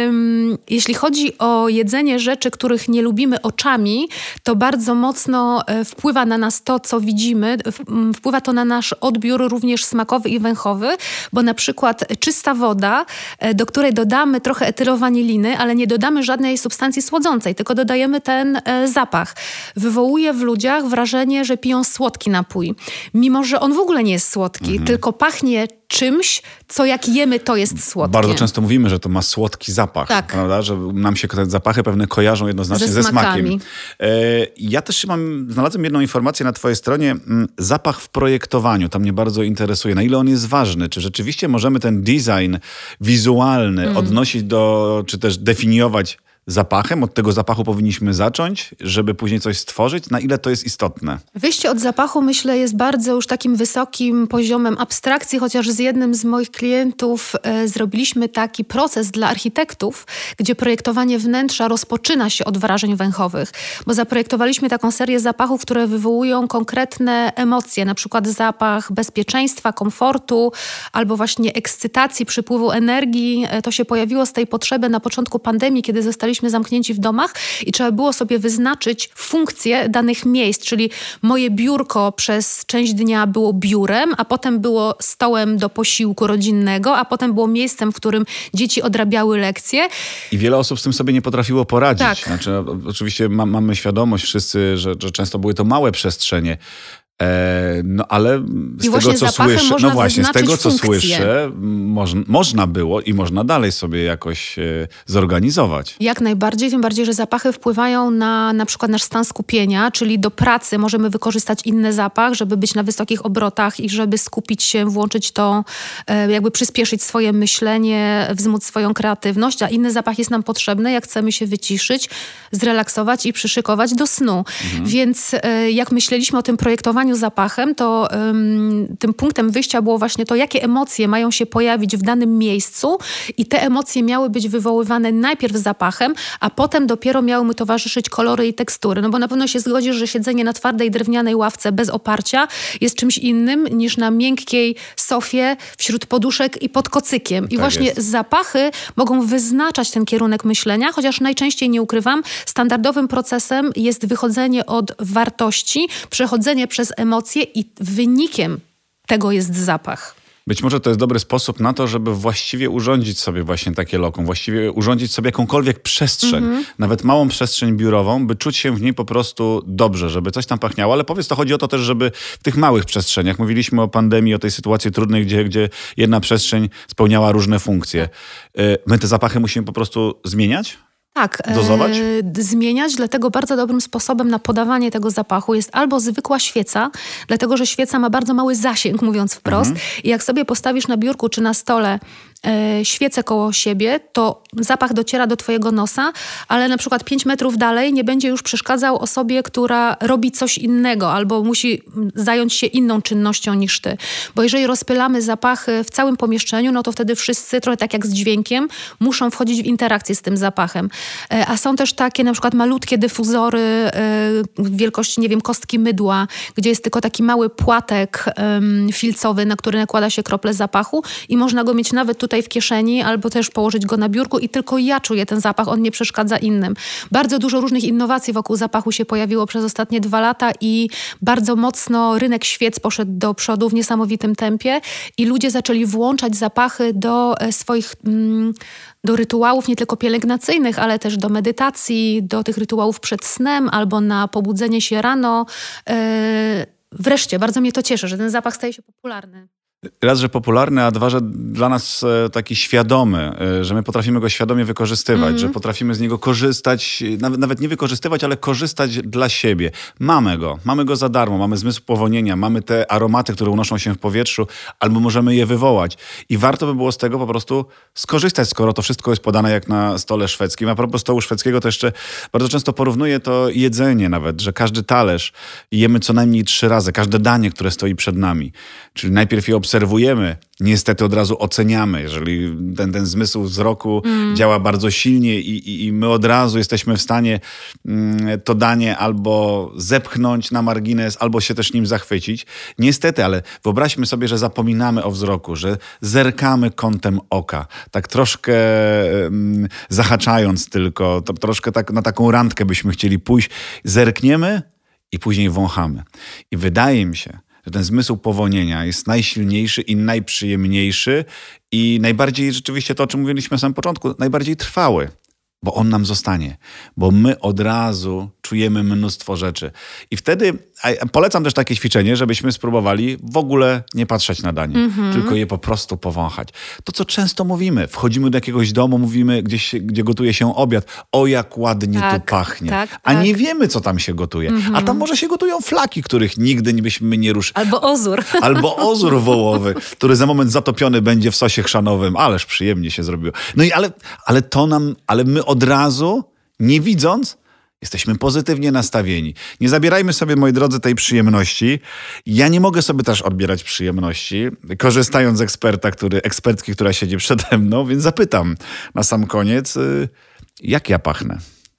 jeśli chodzi o jedzenie rzeczy, których nie lubimy oczami, to bardzo mocno wpływa na nas to, co widzimy. Wpływa to na nasz odbiór również smakowy i węchowy, bo na przykład czysta woda, do której dodamy trochę etylowaniliny, ale nie dodamy żadnej substancji słodzącej, tylko dodajemy ten zapach. Wywołuje w ludziach wrażenie, że piją słodki napój. Mimo że on w ogóle nie jest słodki, tylko pachnie czymś, co jak jemy, to jest słodkie. Bardzo często mówimy, że to ma słodki zapach, prawda? Że nam się te zapachy pewne kojarzą jednoznacznie ze smakiem. Ja też znalazłem jedną informację na twojej stronie. Zapach w projektowaniu, to mnie bardzo interesuje. Na ile on jest ważny? Czy rzeczywiście możemy ten design wizualny odnosić do, czy też definiować zapachem? Od tego zapachu powinniśmy zacząć, żeby później coś stworzyć? Na ile to jest istotne? Wyjście od zapachu, myślę, jest bardzo już takim wysokim poziomem abstrakcji, chociaż z jednym z moich klientów zrobiliśmy taki proces dla architektów, gdzie projektowanie wnętrza rozpoczyna się od wrażeń węchowych, bo zaprojektowaliśmy taką serię zapachów, które wywołują konkretne emocje, na przykład zapach bezpieczeństwa, komfortu, albo właśnie ekscytacji, przypływu energii. To się pojawiło z tej potrzeby na początku pandemii, kiedy zostaliśmy zamknięci w domach i trzeba było sobie wyznaczyć funkcje danych miejsc, czyli moje biurko przez część dnia było biurem, a potem było stołem do posiłku rodzinnego, a potem było miejscem, w którym dzieci odrabiały lekcje. I wiele osób z tym sobie nie potrafiło poradzić. Tak. Znaczy, oczywiście mamy świadomość wszyscy, że często były to małe przestrzenie. No ale z tego, co słyszę, z tego, co słyszę, można było i można dalej sobie jakoś zorganizować. Jak najbardziej, tym bardziej, że zapachy wpływają na przykład nasz stan skupienia, czyli do pracy możemy wykorzystać inny zapach, żeby być na wysokich obrotach i żeby skupić się, włączyć to, jakby przyspieszyć swoje myślenie, wzmóc swoją kreatywność, a inny zapach jest nam potrzebny, jak chcemy się wyciszyć, zrelaksować i przyszykować do snu. Więc jak myśleliśmy o tym projektowaniu zapachem, to tym punktem wyjścia było właśnie to, jakie emocje mają się pojawić w danym miejscu i te emocje miały być wywoływane najpierw zapachem, a potem dopiero miały mu towarzyszyć kolory i tekstury. No bo na pewno się zgodzisz, że siedzenie na twardej drewnianej ławce bez oparcia jest czymś innym niż na miękkiej sofie wśród poduszek i pod kocykiem. I właśnie zapachy mogą wyznaczać ten kierunek myślenia, chociaż najczęściej, nie ukrywam, standardowym procesem jest wychodzenie od wartości, przechodzenie przez emocje i wynikiem tego jest zapach. Być może to jest dobry sposób na to, żeby właściwie urządzić sobie właśnie takie lokum, właściwie urządzić sobie jakąkolwiek przestrzeń, nawet małą przestrzeń biurową, by czuć się w niej po prostu dobrze, żeby coś tam pachniało, ale powiedz, to chodzi o to też, żeby w tych małych przestrzeniach, mówiliśmy o pandemii, o tej sytuacji trudnej, gdzie jedna przestrzeń spełniała różne funkcje. My te zapachy musimy po prostu zmieniać? Tak, dozować? Zmieniać, dlatego bardzo dobrym sposobem na podawanie tego zapachu jest albo zwykła świeca, dlatego że świeca ma bardzo mały zasięg, mówiąc wprost. I jak sobie postawisz na biurku czy na stole świecę koło siebie, to zapach dociera do twojego nosa, ale na przykład 5 metrów dalej nie będzie już przeszkadzał osobie, która robi coś innego albo musi zająć się inną czynnością niż ty. Bo jeżeli rozpylamy zapachy w całym pomieszczeniu, no to wtedy wszyscy, trochę tak jak z dźwiękiem, muszą wchodzić w interakcję z tym zapachem. A są też takie na przykład malutkie dyfuzory wielkości, nie wiem, kostki mydła, gdzie jest tylko taki mały płatek filcowy, na który nakłada się krople zapachu i można go mieć nawet tutaj w kieszeni albo też położyć go na biurku i tylko ja czuję ten zapach, on nie przeszkadza innym. Bardzo dużo różnych innowacji wokół zapachu się pojawiło przez ostatnie 2 lata i bardzo mocno rynek świec poszedł do przodu w niesamowitym tempie i ludzie zaczęli włączać zapachy do swoich do rytuałów nie tylko pielęgnacyjnych, ale też do medytacji, do tych rytuałów przed snem albo na pobudzenie się rano. Wreszcie, bardzo mnie to cieszy, że ten zapach staje się popularny. Raz, że popularny, a dwa, że dla nas taki świadomy, że my potrafimy go świadomie wykorzystywać, że potrafimy z niego korzystać, nawet nie wykorzystywać, ale korzystać dla siebie. Mamy go za darmo, mamy zmysł powonienia, mamy te aromaty, które unoszą się w powietrzu, albo możemy je wywołać. I warto by było z tego po prostu skorzystać, skoro to wszystko jest podane jak na stole szwedzkim. A propos stołu szwedzkiego, to jeszcze bardzo często porównuję to jedzenie nawet, że każdy talerz jemy co najmniej 3 razy, każde danie, które stoi przed nami. Czyli najpierw je obserwujemy, niestety od razu oceniamy. Jeżeli ten zmysł wzroku działa bardzo silnie i my od razu jesteśmy w stanie to danie albo zepchnąć na margines, albo się też nim zachwycić. Niestety, ale wyobraźmy sobie, że zapominamy o wzroku, że zerkamy kątem oka. Tak troszkę zahaczając tylko, to troszkę tak na taką randkę byśmy chcieli pójść. Zerkniemy i później wąchamy. I wydaje mi się, że ten zmysł powonienia jest najsilniejszy i najprzyjemniejszy i najbardziej rzeczywiście to, o czym mówiliśmy na samym początku, najbardziej trwały. Bo on nam zostanie. Bo my od razu czujemy mnóstwo rzeczy. I wtedy polecam też takie ćwiczenie, żebyśmy spróbowali w ogóle nie patrzeć na danie, tylko je po prostu powąchać. To, co często mówimy, wchodzimy do jakiegoś domu, mówimy gdzie gotuje się obiad. O, jak ładnie tu pachnie. A nie wiemy, co tam się gotuje. A tam może się gotują flaki, których nigdy byśmy nie ruszyli. Albo ozór. Albo ozór wołowy, który za moment zatopiony będzie w sosie chrzanowym. Ależ przyjemnie się zrobiło. No i ale my od razu, nie widząc, jesteśmy pozytywnie nastawieni. Nie zabierajmy sobie, moi drodzy, tej przyjemności. Ja nie mogę sobie też odbierać przyjemności, korzystając z ekspertki, która siedzi przede mną, więc zapytam na sam koniec, jak ja pachnę?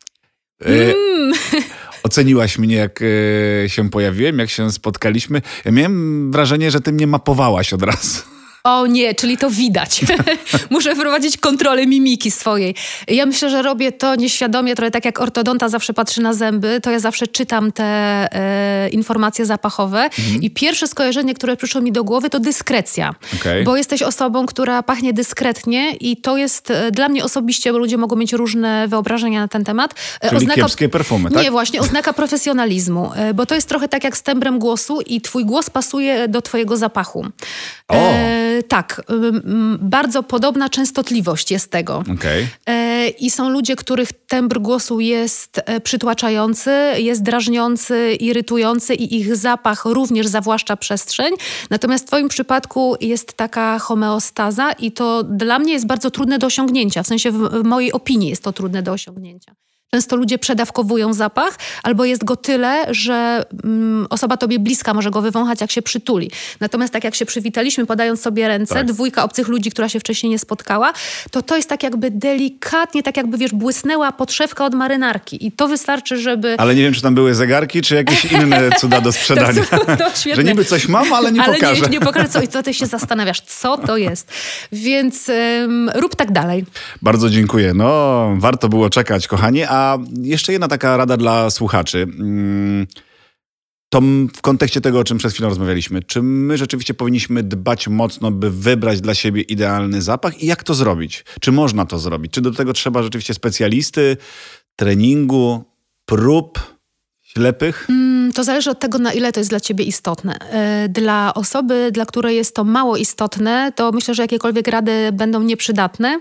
Oceniłaś mnie, jak się pojawiłem, jak się spotkaliśmy. Ja miałem wrażenie, że ty mnie mapowałaś od razu. O nie, czyli to widać. Muszę wprowadzić kontrolę mimiki swojej. Ja myślę, że robię to nieświadomie, trochę tak jak ortodonta zawsze patrzy na zęby, to ja zawsze czytam te informacje zapachowe i pierwsze skojarzenie, które przyszło mi do głowy, to dyskrecja. Okay. Bo jesteś osobą, która pachnie dyskretnie i to jest dla mnie osobiście, bo ludzie mogą mieć różne wyobrażenia na ten temat. Czyli kiepskie perfumy, tak? Nie, właśnie, oznaka profesjonalizmu, bo to jest trochę tak jak z tembrem głosu i twój głos pasuje do twojego zapachu. Tak, bardzo podobna częstotliwość jest tego. Okay. I są ludzie, których tembr głosu jest przytłaczający, jest drażniący, irytujący i ich zapach również zawłaszcza przestrzeń. Natomiast w twoim przypadku jest taka homeostaza i to dla mnie jest bardzo trudne do osiągnięcia. W sensie w mojej opinii jest to trudne do osiągnięcia. Często ludzie przedawkowują zapach, albo jest go tyle, że osoba tobie bliska może go wywąchać, jak się przytuli. Natomiast tak jak się przywitaliśmy, podając sobie ręce, 2 obcych ludzi, która się wcześniej nie spotkała, to jest tak jakby delikatnie, tak jakby, wiesz, błysnęła podszewka od marynarki. I to wystarczy, żeby... Ale nie wiem, czy tam były zegarki, czy jakieś inne cuda do sprzedania. To świetne. Że niby coś mam, ale nie pokażę. Ale nie pokażę co. I to ty się zastanawiasz, co to jest. Więc rób tak dalej. Bardzo dziękuję. No, warto było czekać, kochani. A jeszcze jedna taka rada dla słuchaczy. To w kontekście tego, o czym przed chwilą rozmawialiśmy, czy my rzeczywiście powinniśmy dbać mocno, by wybrać dla siebie idealny zapach i jak to zrobić? Czy można to zrobić? Czy do tego trzeba rzeczywiście specjalisty, treningu, prób ślepych? To zależy od tego, na ile to jest dla ciebie istotne. Dla osoby, dla której jest to mało istotne, to myślę, że jakiekolwiek rady będą nieprzydatne.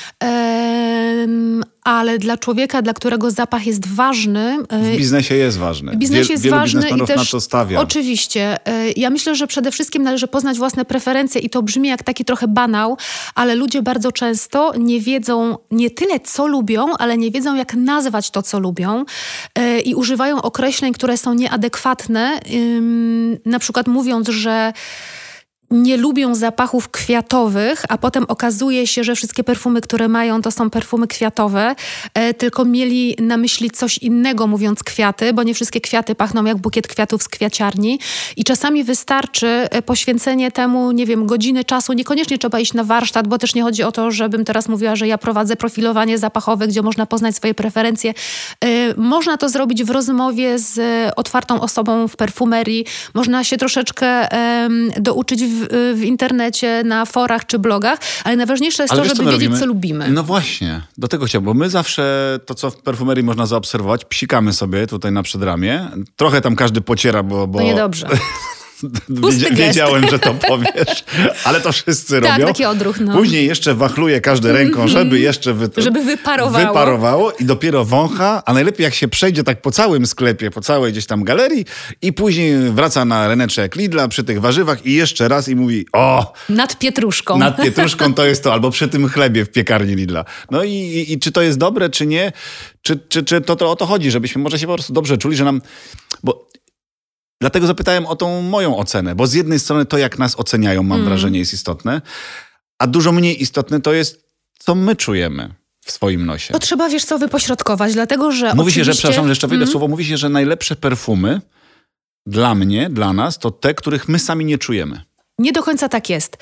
Ale dla człowieka, dla którego zapach jest ważny... W biznesie jest ważny. W biznesie jest wielu ważny i też... na to stawia. Oczywiście. Ja myślę, że przede wszystkim należy poznać własne preferencje i to brzmi jak taki trochę banał, ale ludzie bardzo często nie wiedzą nie tyle, co lubią, ale nie wiedzą, jak nazwać to, co lubią i używają określeń, które są nieadekwatne. Na przykład mówiąc, że nie lubią zapachów kwiatowych, a potem okazuje się, że wszystkie perfumy, które mają, to są perfumy kwiatowe, tylko mieli na myśli coś innego, mówiąc kwiaty, bo nie wszystkie kwiaty pachną jak bukiet kwiatów z kwiaciarni i czasami wystarczy poświęcenie temu, nie wiem, godziny czasu. Niekoniecznie trzeba iść na warsztat, bo też nie chodzi o to, żebym teraz mówiła, że ja prowadzę profilowanie zapachowe, gdzie można poznać swoje preferencje. Można to zrobić w rozmowie z otwartą osobą w perfumerii. Można się troszeczkę douczyć w internecie, na forach czy blogach, ale najważniejsze jest to, żeby wiedzieć, co lubimy. No właśnie, do tego chciałbym, bo my zawsze to, co w perfumerii można zaobserwować, psikamy sobie tutaj na przedramię. Trochę tam każdy pociera, bo... No niedobrze. Wiedziałem, że to powiesz, ale to wszyscy robią. Tak, taki odruch. No. Później jeszcze wachluje każdy ręką, żeby jeszcze żeby wyparowało i dopiero wącha, a najlepiej jak się przejdzie tak po całym sklepie, po całej gdzieś tam galerii i później wraca na ryneczek Lidla przy tych warzywach i jeszcze raz i mówi nad pietruszką. Nad pietruszką to jest to, albo przy tym chlebie w piekarni Lidla. No i czy to jest dobre, czy nie? Czy to o to chodzi, żebyśmy może się po prostu dobrze czuli, że nam... Dlatego zapytałem o tą moją ocenę, bo z jednej strony to, jak nas oceniają, mam wrażenie, jest istotne, a dużo mniej istotne to jest, co my czujemy w swoim nosie. To trzeba, wiesz co, wypośrodkować, dlatego że Mówi się, że, przepraszam, że jeszcze wejdę w słowo, mówi się, że najlepsze perfumy dla mnie, dla nas, to te, których my sami nie czujemy. Nie do końca tak jest.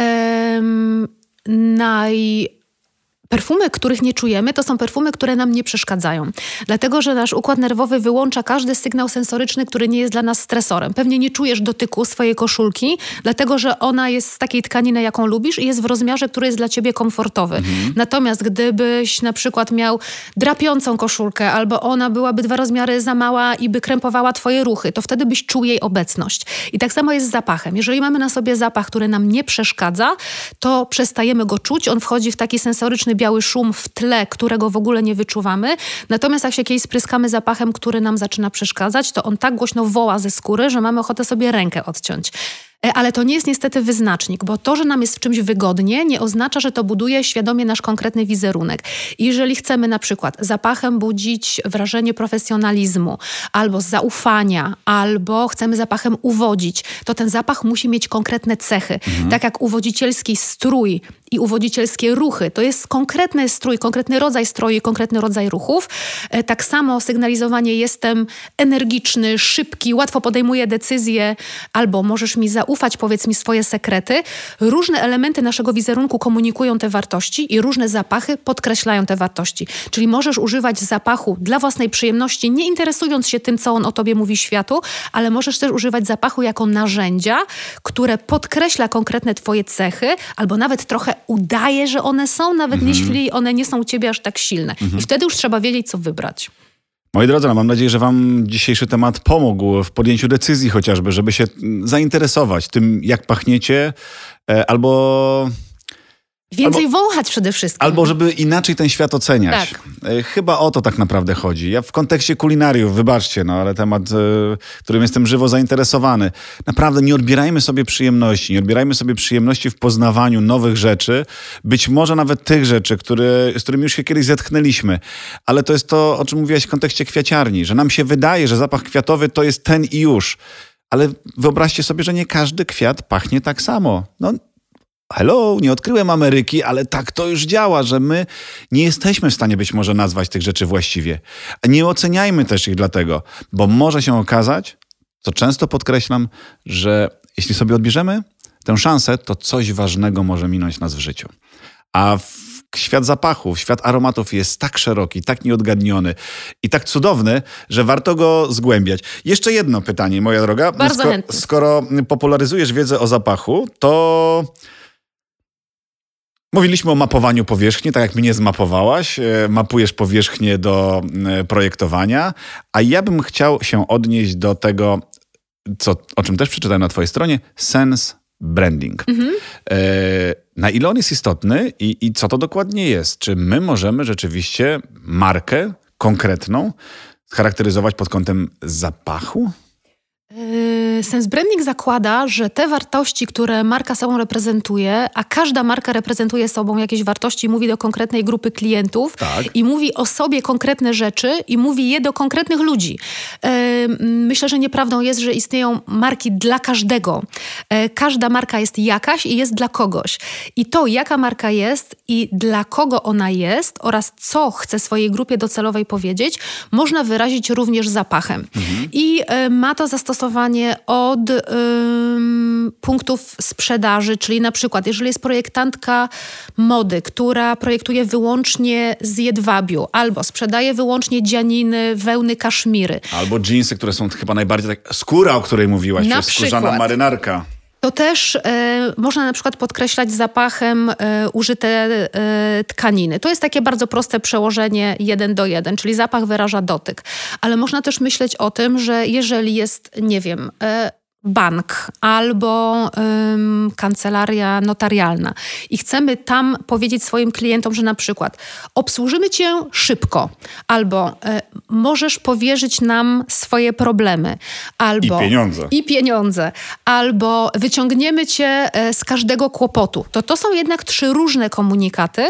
Perfumy, których nie czujemy, to są perfumy, które nam nie przeszkadzają. Dlatego, że nasz układ nerwowy wyłącza każdy sygnał sensoryczny, który nie jest dla nas stresorem. Pewnie nie czujesz dotyku swojej koszulki, dlatego, że ona jest z takiej tkaniny, jaką lubisz i jest w rozmiarze, który jest dla ciebie komfortowy. Natomiast gdybyś na przykład miał drapiącą koszulkę albo ona byłaby 2 rozmiary za mała i by krępowała twoje ruchy, to wtedy byś czuł jej obecność. I tak samo jest z zapachem. Jeżeli mamy na sobie zapach, który nam nie przeszkadza, to przestajemy go czuć. On wchodzi w taki sensoryczny biały szum w tle, którego w ogóle nie wyczuwamy. Natomiast jak się kiedyś spryskamy zapachem, który nam zaczyna przeszkadzać, to on tak głośno woła ze skóry, że mamy ochotę sobie rękę odciąć. Ale to nie jest niestety wyznacznik, bo to, że nam jest w czymś wygodnie, nie oznacza, że to buduje świadomie nasz konkretny wizerunek. I jeżeli chcemy na przykład zapachem budzić wrażenie profesjonalizmu, albo zaufania, albo chcemy zapachem uwodzić, to ten zapach musi mieć konkretne cechy. Tak jak uwodzicielski strój i uwodzicielskie ruchy, to jest konkretny strój, konkretny rodzaj stroju, konkretny rodzaj ruchów. Tak samo sygnalizowanie jestem energiczny, szybki, łatwo podejmuję decyzje, albo możesz mi zaufać, powiedz mi swoje sekrety. Różne elementy naszego wizerunku komunikują te wartości i różne zapachy podkreślają te wartości. Czyli możesz używać zapachu dla własnej przyjemności, nie interesując się tym, co on o tobie mówi światu, ale możesz też używać zapachu jako narzędzia, które podkreśla konkretne twoje cechy, albo nawet trochę udaje, że one są, nawet jeśli one nie są u ciebie aż tak silne. I wtedy już trzeba wiedzieć, co wybrać. Moi drodzy, mam nadzieję, że wam dzisiejszy temat pomógł w podjęciu decyzji chociażby, żeby się zainteresować tym, jak pachniecie, albo Więcej wąchać przede wszystkim. Albo żeby inaczej ten świat oceniać. Tak. Chyba o to tak naprawdę chodzi. Ja w kontekście kulinariów, wybaczcie, ale temat, którym jestem żywo zainteresowany. Naprawdę nie odbierajmy sobie przyjemności. Nie odbierajmy sobie przyjemności w poznawaniu nowych rzeczy. Być może nawet tych rzeczy, z którymi już się kiedyś zetknęliśmy. Ale to jest to, o czym mówiłaś w kontekście kwiaciarni. Że nam się wydaje, że zapach kwiatowy to jest ten i już. Ale wyobraźcie sobie, że nie każdy kwiat pachnie tak samo. Hello, nie odkryłem Ameryki, ale tak to już działa, że my nie jesteśmy w stanie być może nazwać tych rzeczy właściwie. A nie oceniajmy też ich dlatego, bo może się okazać, co często podkreślam, że jeśli sobie odbierzemy tę szansę, to coś ważnego może minąć nas w życiu. A w świat zapachów, świat aromatów jest tak szeroki, tak nieodgadniony i tak cudowny, że warto go zgłębiać. Jeszcze jedno pytanie, moja droga. Bardzo chętnie. Skoro popularyzujesz wiedzę o zapachu, to mówiliśmy o mapowaniu powierzchni, tak jak mnie zmapowałaś. Mapujesz powierzchnię do projektowania, a ja bym chciał się odnieść do tego, o czym też przeczytałem na twojej stronie, sense branding. Na ile on jest istotny i co to dokładnie jest? Czy my możemy rzeczywiście markę konkretną charakteryzować pod kątem zapachu? Sense branding zakłada, że te wartości, które marka sobą reprezentuje, a każda marka reprezentuje sobą jakieś wartości, mówi do konkretnej grupy klientów i mówi o sobie konkretne rzeczy i mówi je do konkretnych ludzi. Myślę, że nieprawdą jest, że istnieją marki dla każdego. Każda marka jest jakaś i jest dla kogoś. I to, jaka marka jest i dla kogo ona jest oraz co chce swojej grupie docelowej powiedzieć, można wyrazić również zapachem. I ma to zastosowanie od punktów sprzedaży, czyli na przykład, jeżeli jest projektantka mody, która projektuje wyłącznie z jedwabiu, albo sprzedaje wyłącznie dzianiny, wełny, kaszmiry. Albo dżinsy, które są chyba najbardziej skóra, o której mówiłaś, to jest skórzana marynarka. To też można na przykład podkreślać zapachem użyte tkaniny. To jest takie bardzo proste przełożenie 1:1, czyli zapach wyraża dotyk. Ale można też myśleć o tym, że jeżeli jest, nie wiem, bank albo kancelaria notarialna i chcemy tam powiedzieć swoim klientom, że na przykład obsłużymy cię szybko albo możesz powierzyć nam swoje problemy albo i pieniądze albo wyciągniemy cię z każdego kłopotu. To są jednak 3 różne komunikaty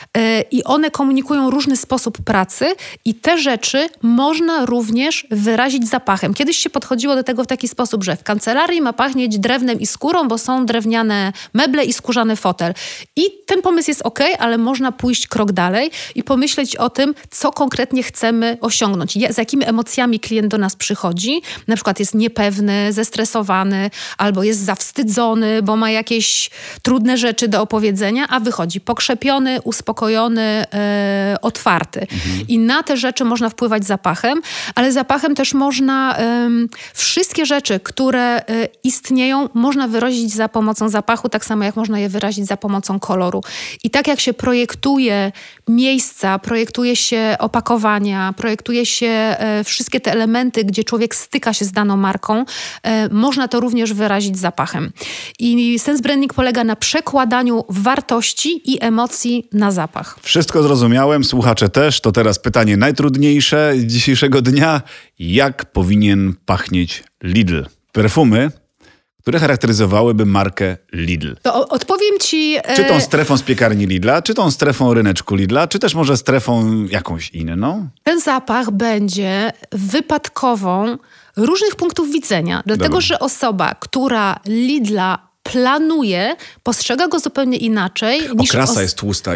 i one komunikują różny sposób pracy i te rzeczy można również wyrazić zapachem. Kiedyś się podchodziło do tego w taki sposób, że w kancelarii ma pachnieć drewnem i skórą, bo są drewniane meble i skórzany fotel. I ten pomysł jest okej, ale można pójść krok dalej i pomyśleć o tym, co konkretnie chcemy osiągnąć. Z jakimi emocjami klient do nas przychodzi. Na przykład jest niepewny, zestresowany, albo jest zawstydzony, bo ma jakieś trudne rzeczy do opowiedzenia, a wychodzi pokrzepiony, uspokojony, otwarty. I na te rzeczy można wpływać zapachem, ale zapachem też można wszystkie rzeczy, które istnieją, można wyrazić za pomocą zapachu, tak samo jak można je wyrazić za pomocą koloru. I tak jak się projektuje miejsca, projektuje się opakowania, projektuje się wszystkie te elementy, gdzie człowiek styka się z daną marką, można to również wyrazić zapachem. I sense branding polega na przekładaniu wartości i emocji na zapach. Wszystko zrozumiałem, słuchacze też. To teraz pytanie najtrudniejsze dzisiejszego dnia. Jak powinien pachnieć Lidl? Perfumy, które charakteryzowałyby markę Lidl. To odpowiem ci... Czy tą strefą z piekarni Lidla, czy tą strefą ryneczku Lidla, czy też może strefą jakąś inną? Ten zapach będzie wypadkową różnych punktów widzenia. Dlatego, że osoba, która Lidla planuje, postrzega go zupełnie inaczej niż... Okrasa jest tłusta,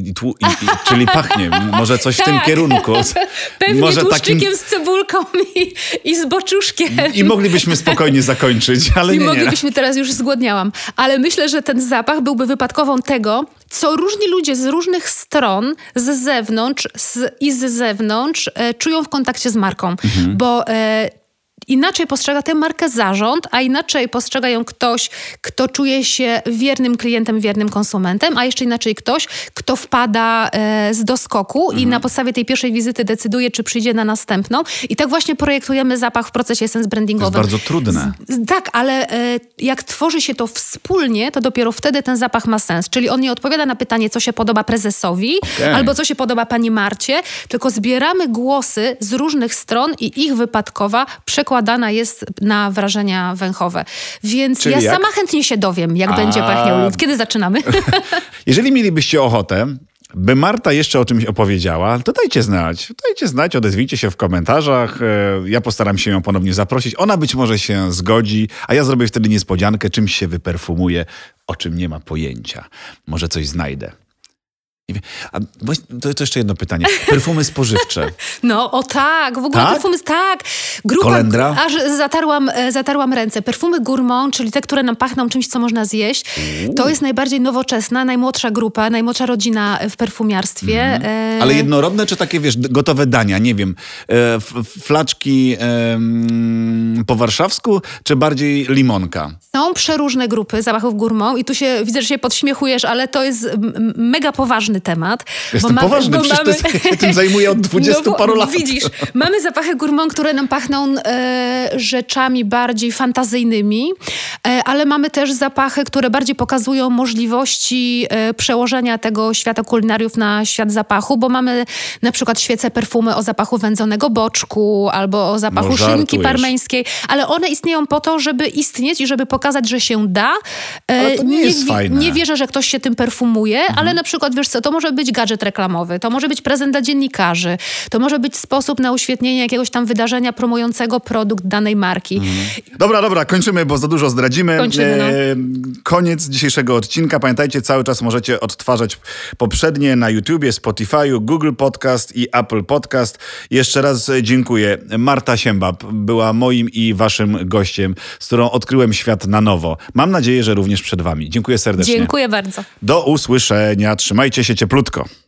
czyli pachnie. Może coś w tym kierunku. Pewnie może tłuszczykiem z cebulką i z boczuszkiem. I moglibyśmy spokojnie zakończyć, ale nie. Moglibyśmy, teraz już zgłodniałam. Ale myślę, że ten zapach byłby wypadkową tego, co różni ludzie z różnych stron, z zewnątrz i z zewnątrz czują w kontakcie z marką. Bo... inaczej postrzega tę markę zarząd, a inaczej postrzega ją ktoś, kto czuje się wiernym klientem, wiernym konsumentem, a jeszcze inaczej ktoś, kto wpada z doskoku i na podstawie tej pierwszej wizyty decyduje, czy przyjdzie na następną. I tak właśnie projektujemy zapach w procesie sense brandingowym. To jest bardzo trudne. Tak, ale jak tworzy się to wspólnie, to dopiero wtedy ten zapach ma sens. Czyli on nie odpowiada na pytanie, co się podoba prezesowi, albo co się podoba pani Marcie, tylko zbieramy głosy z różnych stron i ich wypadkowa przekładana jest na wrażenia węchowe. Więc czyli ja sama chętnie się dowiem, jak będzie pachniał lód. Kiedy zaczynamy? Jeżeli mielibyście ochotę, by Marta jeszcze o czymś opowiedziała, to dajcie znać. Dajcie znać, odezwijcie się w komentarzach. Ja postaram się ją ponownie zaprosić. Ona być może się zgodzi, a ja zrobię wtedy niespodziankę, czymś się wyperfumuje, o czym nie ma pojęcia. Może coś znajdę. A to jeszcze jedno pytanie. Perfumy spożywcze. No, tak, w ogóle tak? perfumy, tak. Grupa, Kolendra? Aż zatarłam ręce. Perfumy gourmand, czyli te, które nam pachną czymś, co można zjeść. To jest najbardziej nowoczesna, najmłodsza grupa, najmłodsza rodzina w perfumiarstwie. Ale jednorodne, czy takie, wiesz, gotowe dania? Nie wiem, flaczki po warszawsku, czy bardziej limonka? Są przeróżne grupy zapachów gourmand i tu widzę, że się podśmiechujesz, ale to jest mega poważny temat. Jestem poważny, przecież się tym zajmuję od 20 paru lat. Widzisz, mamy zapachy gourmand, które nam pachną rzeczami bardziej fantazyjnymi, ale mamy też zapachy, które bardziej pokazują możliwości przełożenia tego świata kulinariów na świat zapachu, bo mamy na przykład świece perfumy o zapachu wędzonego boczku albo o zapachu szynki parmeńskiej, ale one istnieją po to, żeby istnieć i żeby pokazać, że się da. Ale to nie jest fajne. Nie wierzę, że ktoś się tym perfumuje, ale na przykład, wiesz co, to może być gadżet reklamowy, to może być prezent dla dziennikarzy, to może być sposób na uświetnienie jakiegoś tam wydarzenia promującego produkt danej marki. Dobra, kończymy, bo za dużo zdradzimy. Koniec dzisiejszego odcinka. Pamiętajcie, cały czas możecie odtwarzać poprzednie na YouTubie, Spotify'u, Google Podcast i Apple Podcast. Jeszcze raz dziękuję. Marta Siembab była moim i waszym gościem, z którą odkryłem świat na nowo. Mam nadzieję, że również przed wami. Dziękuję serdecznie. Dziękuję bardzo. Do usłyszenia. Trzymajcie się cieplutko.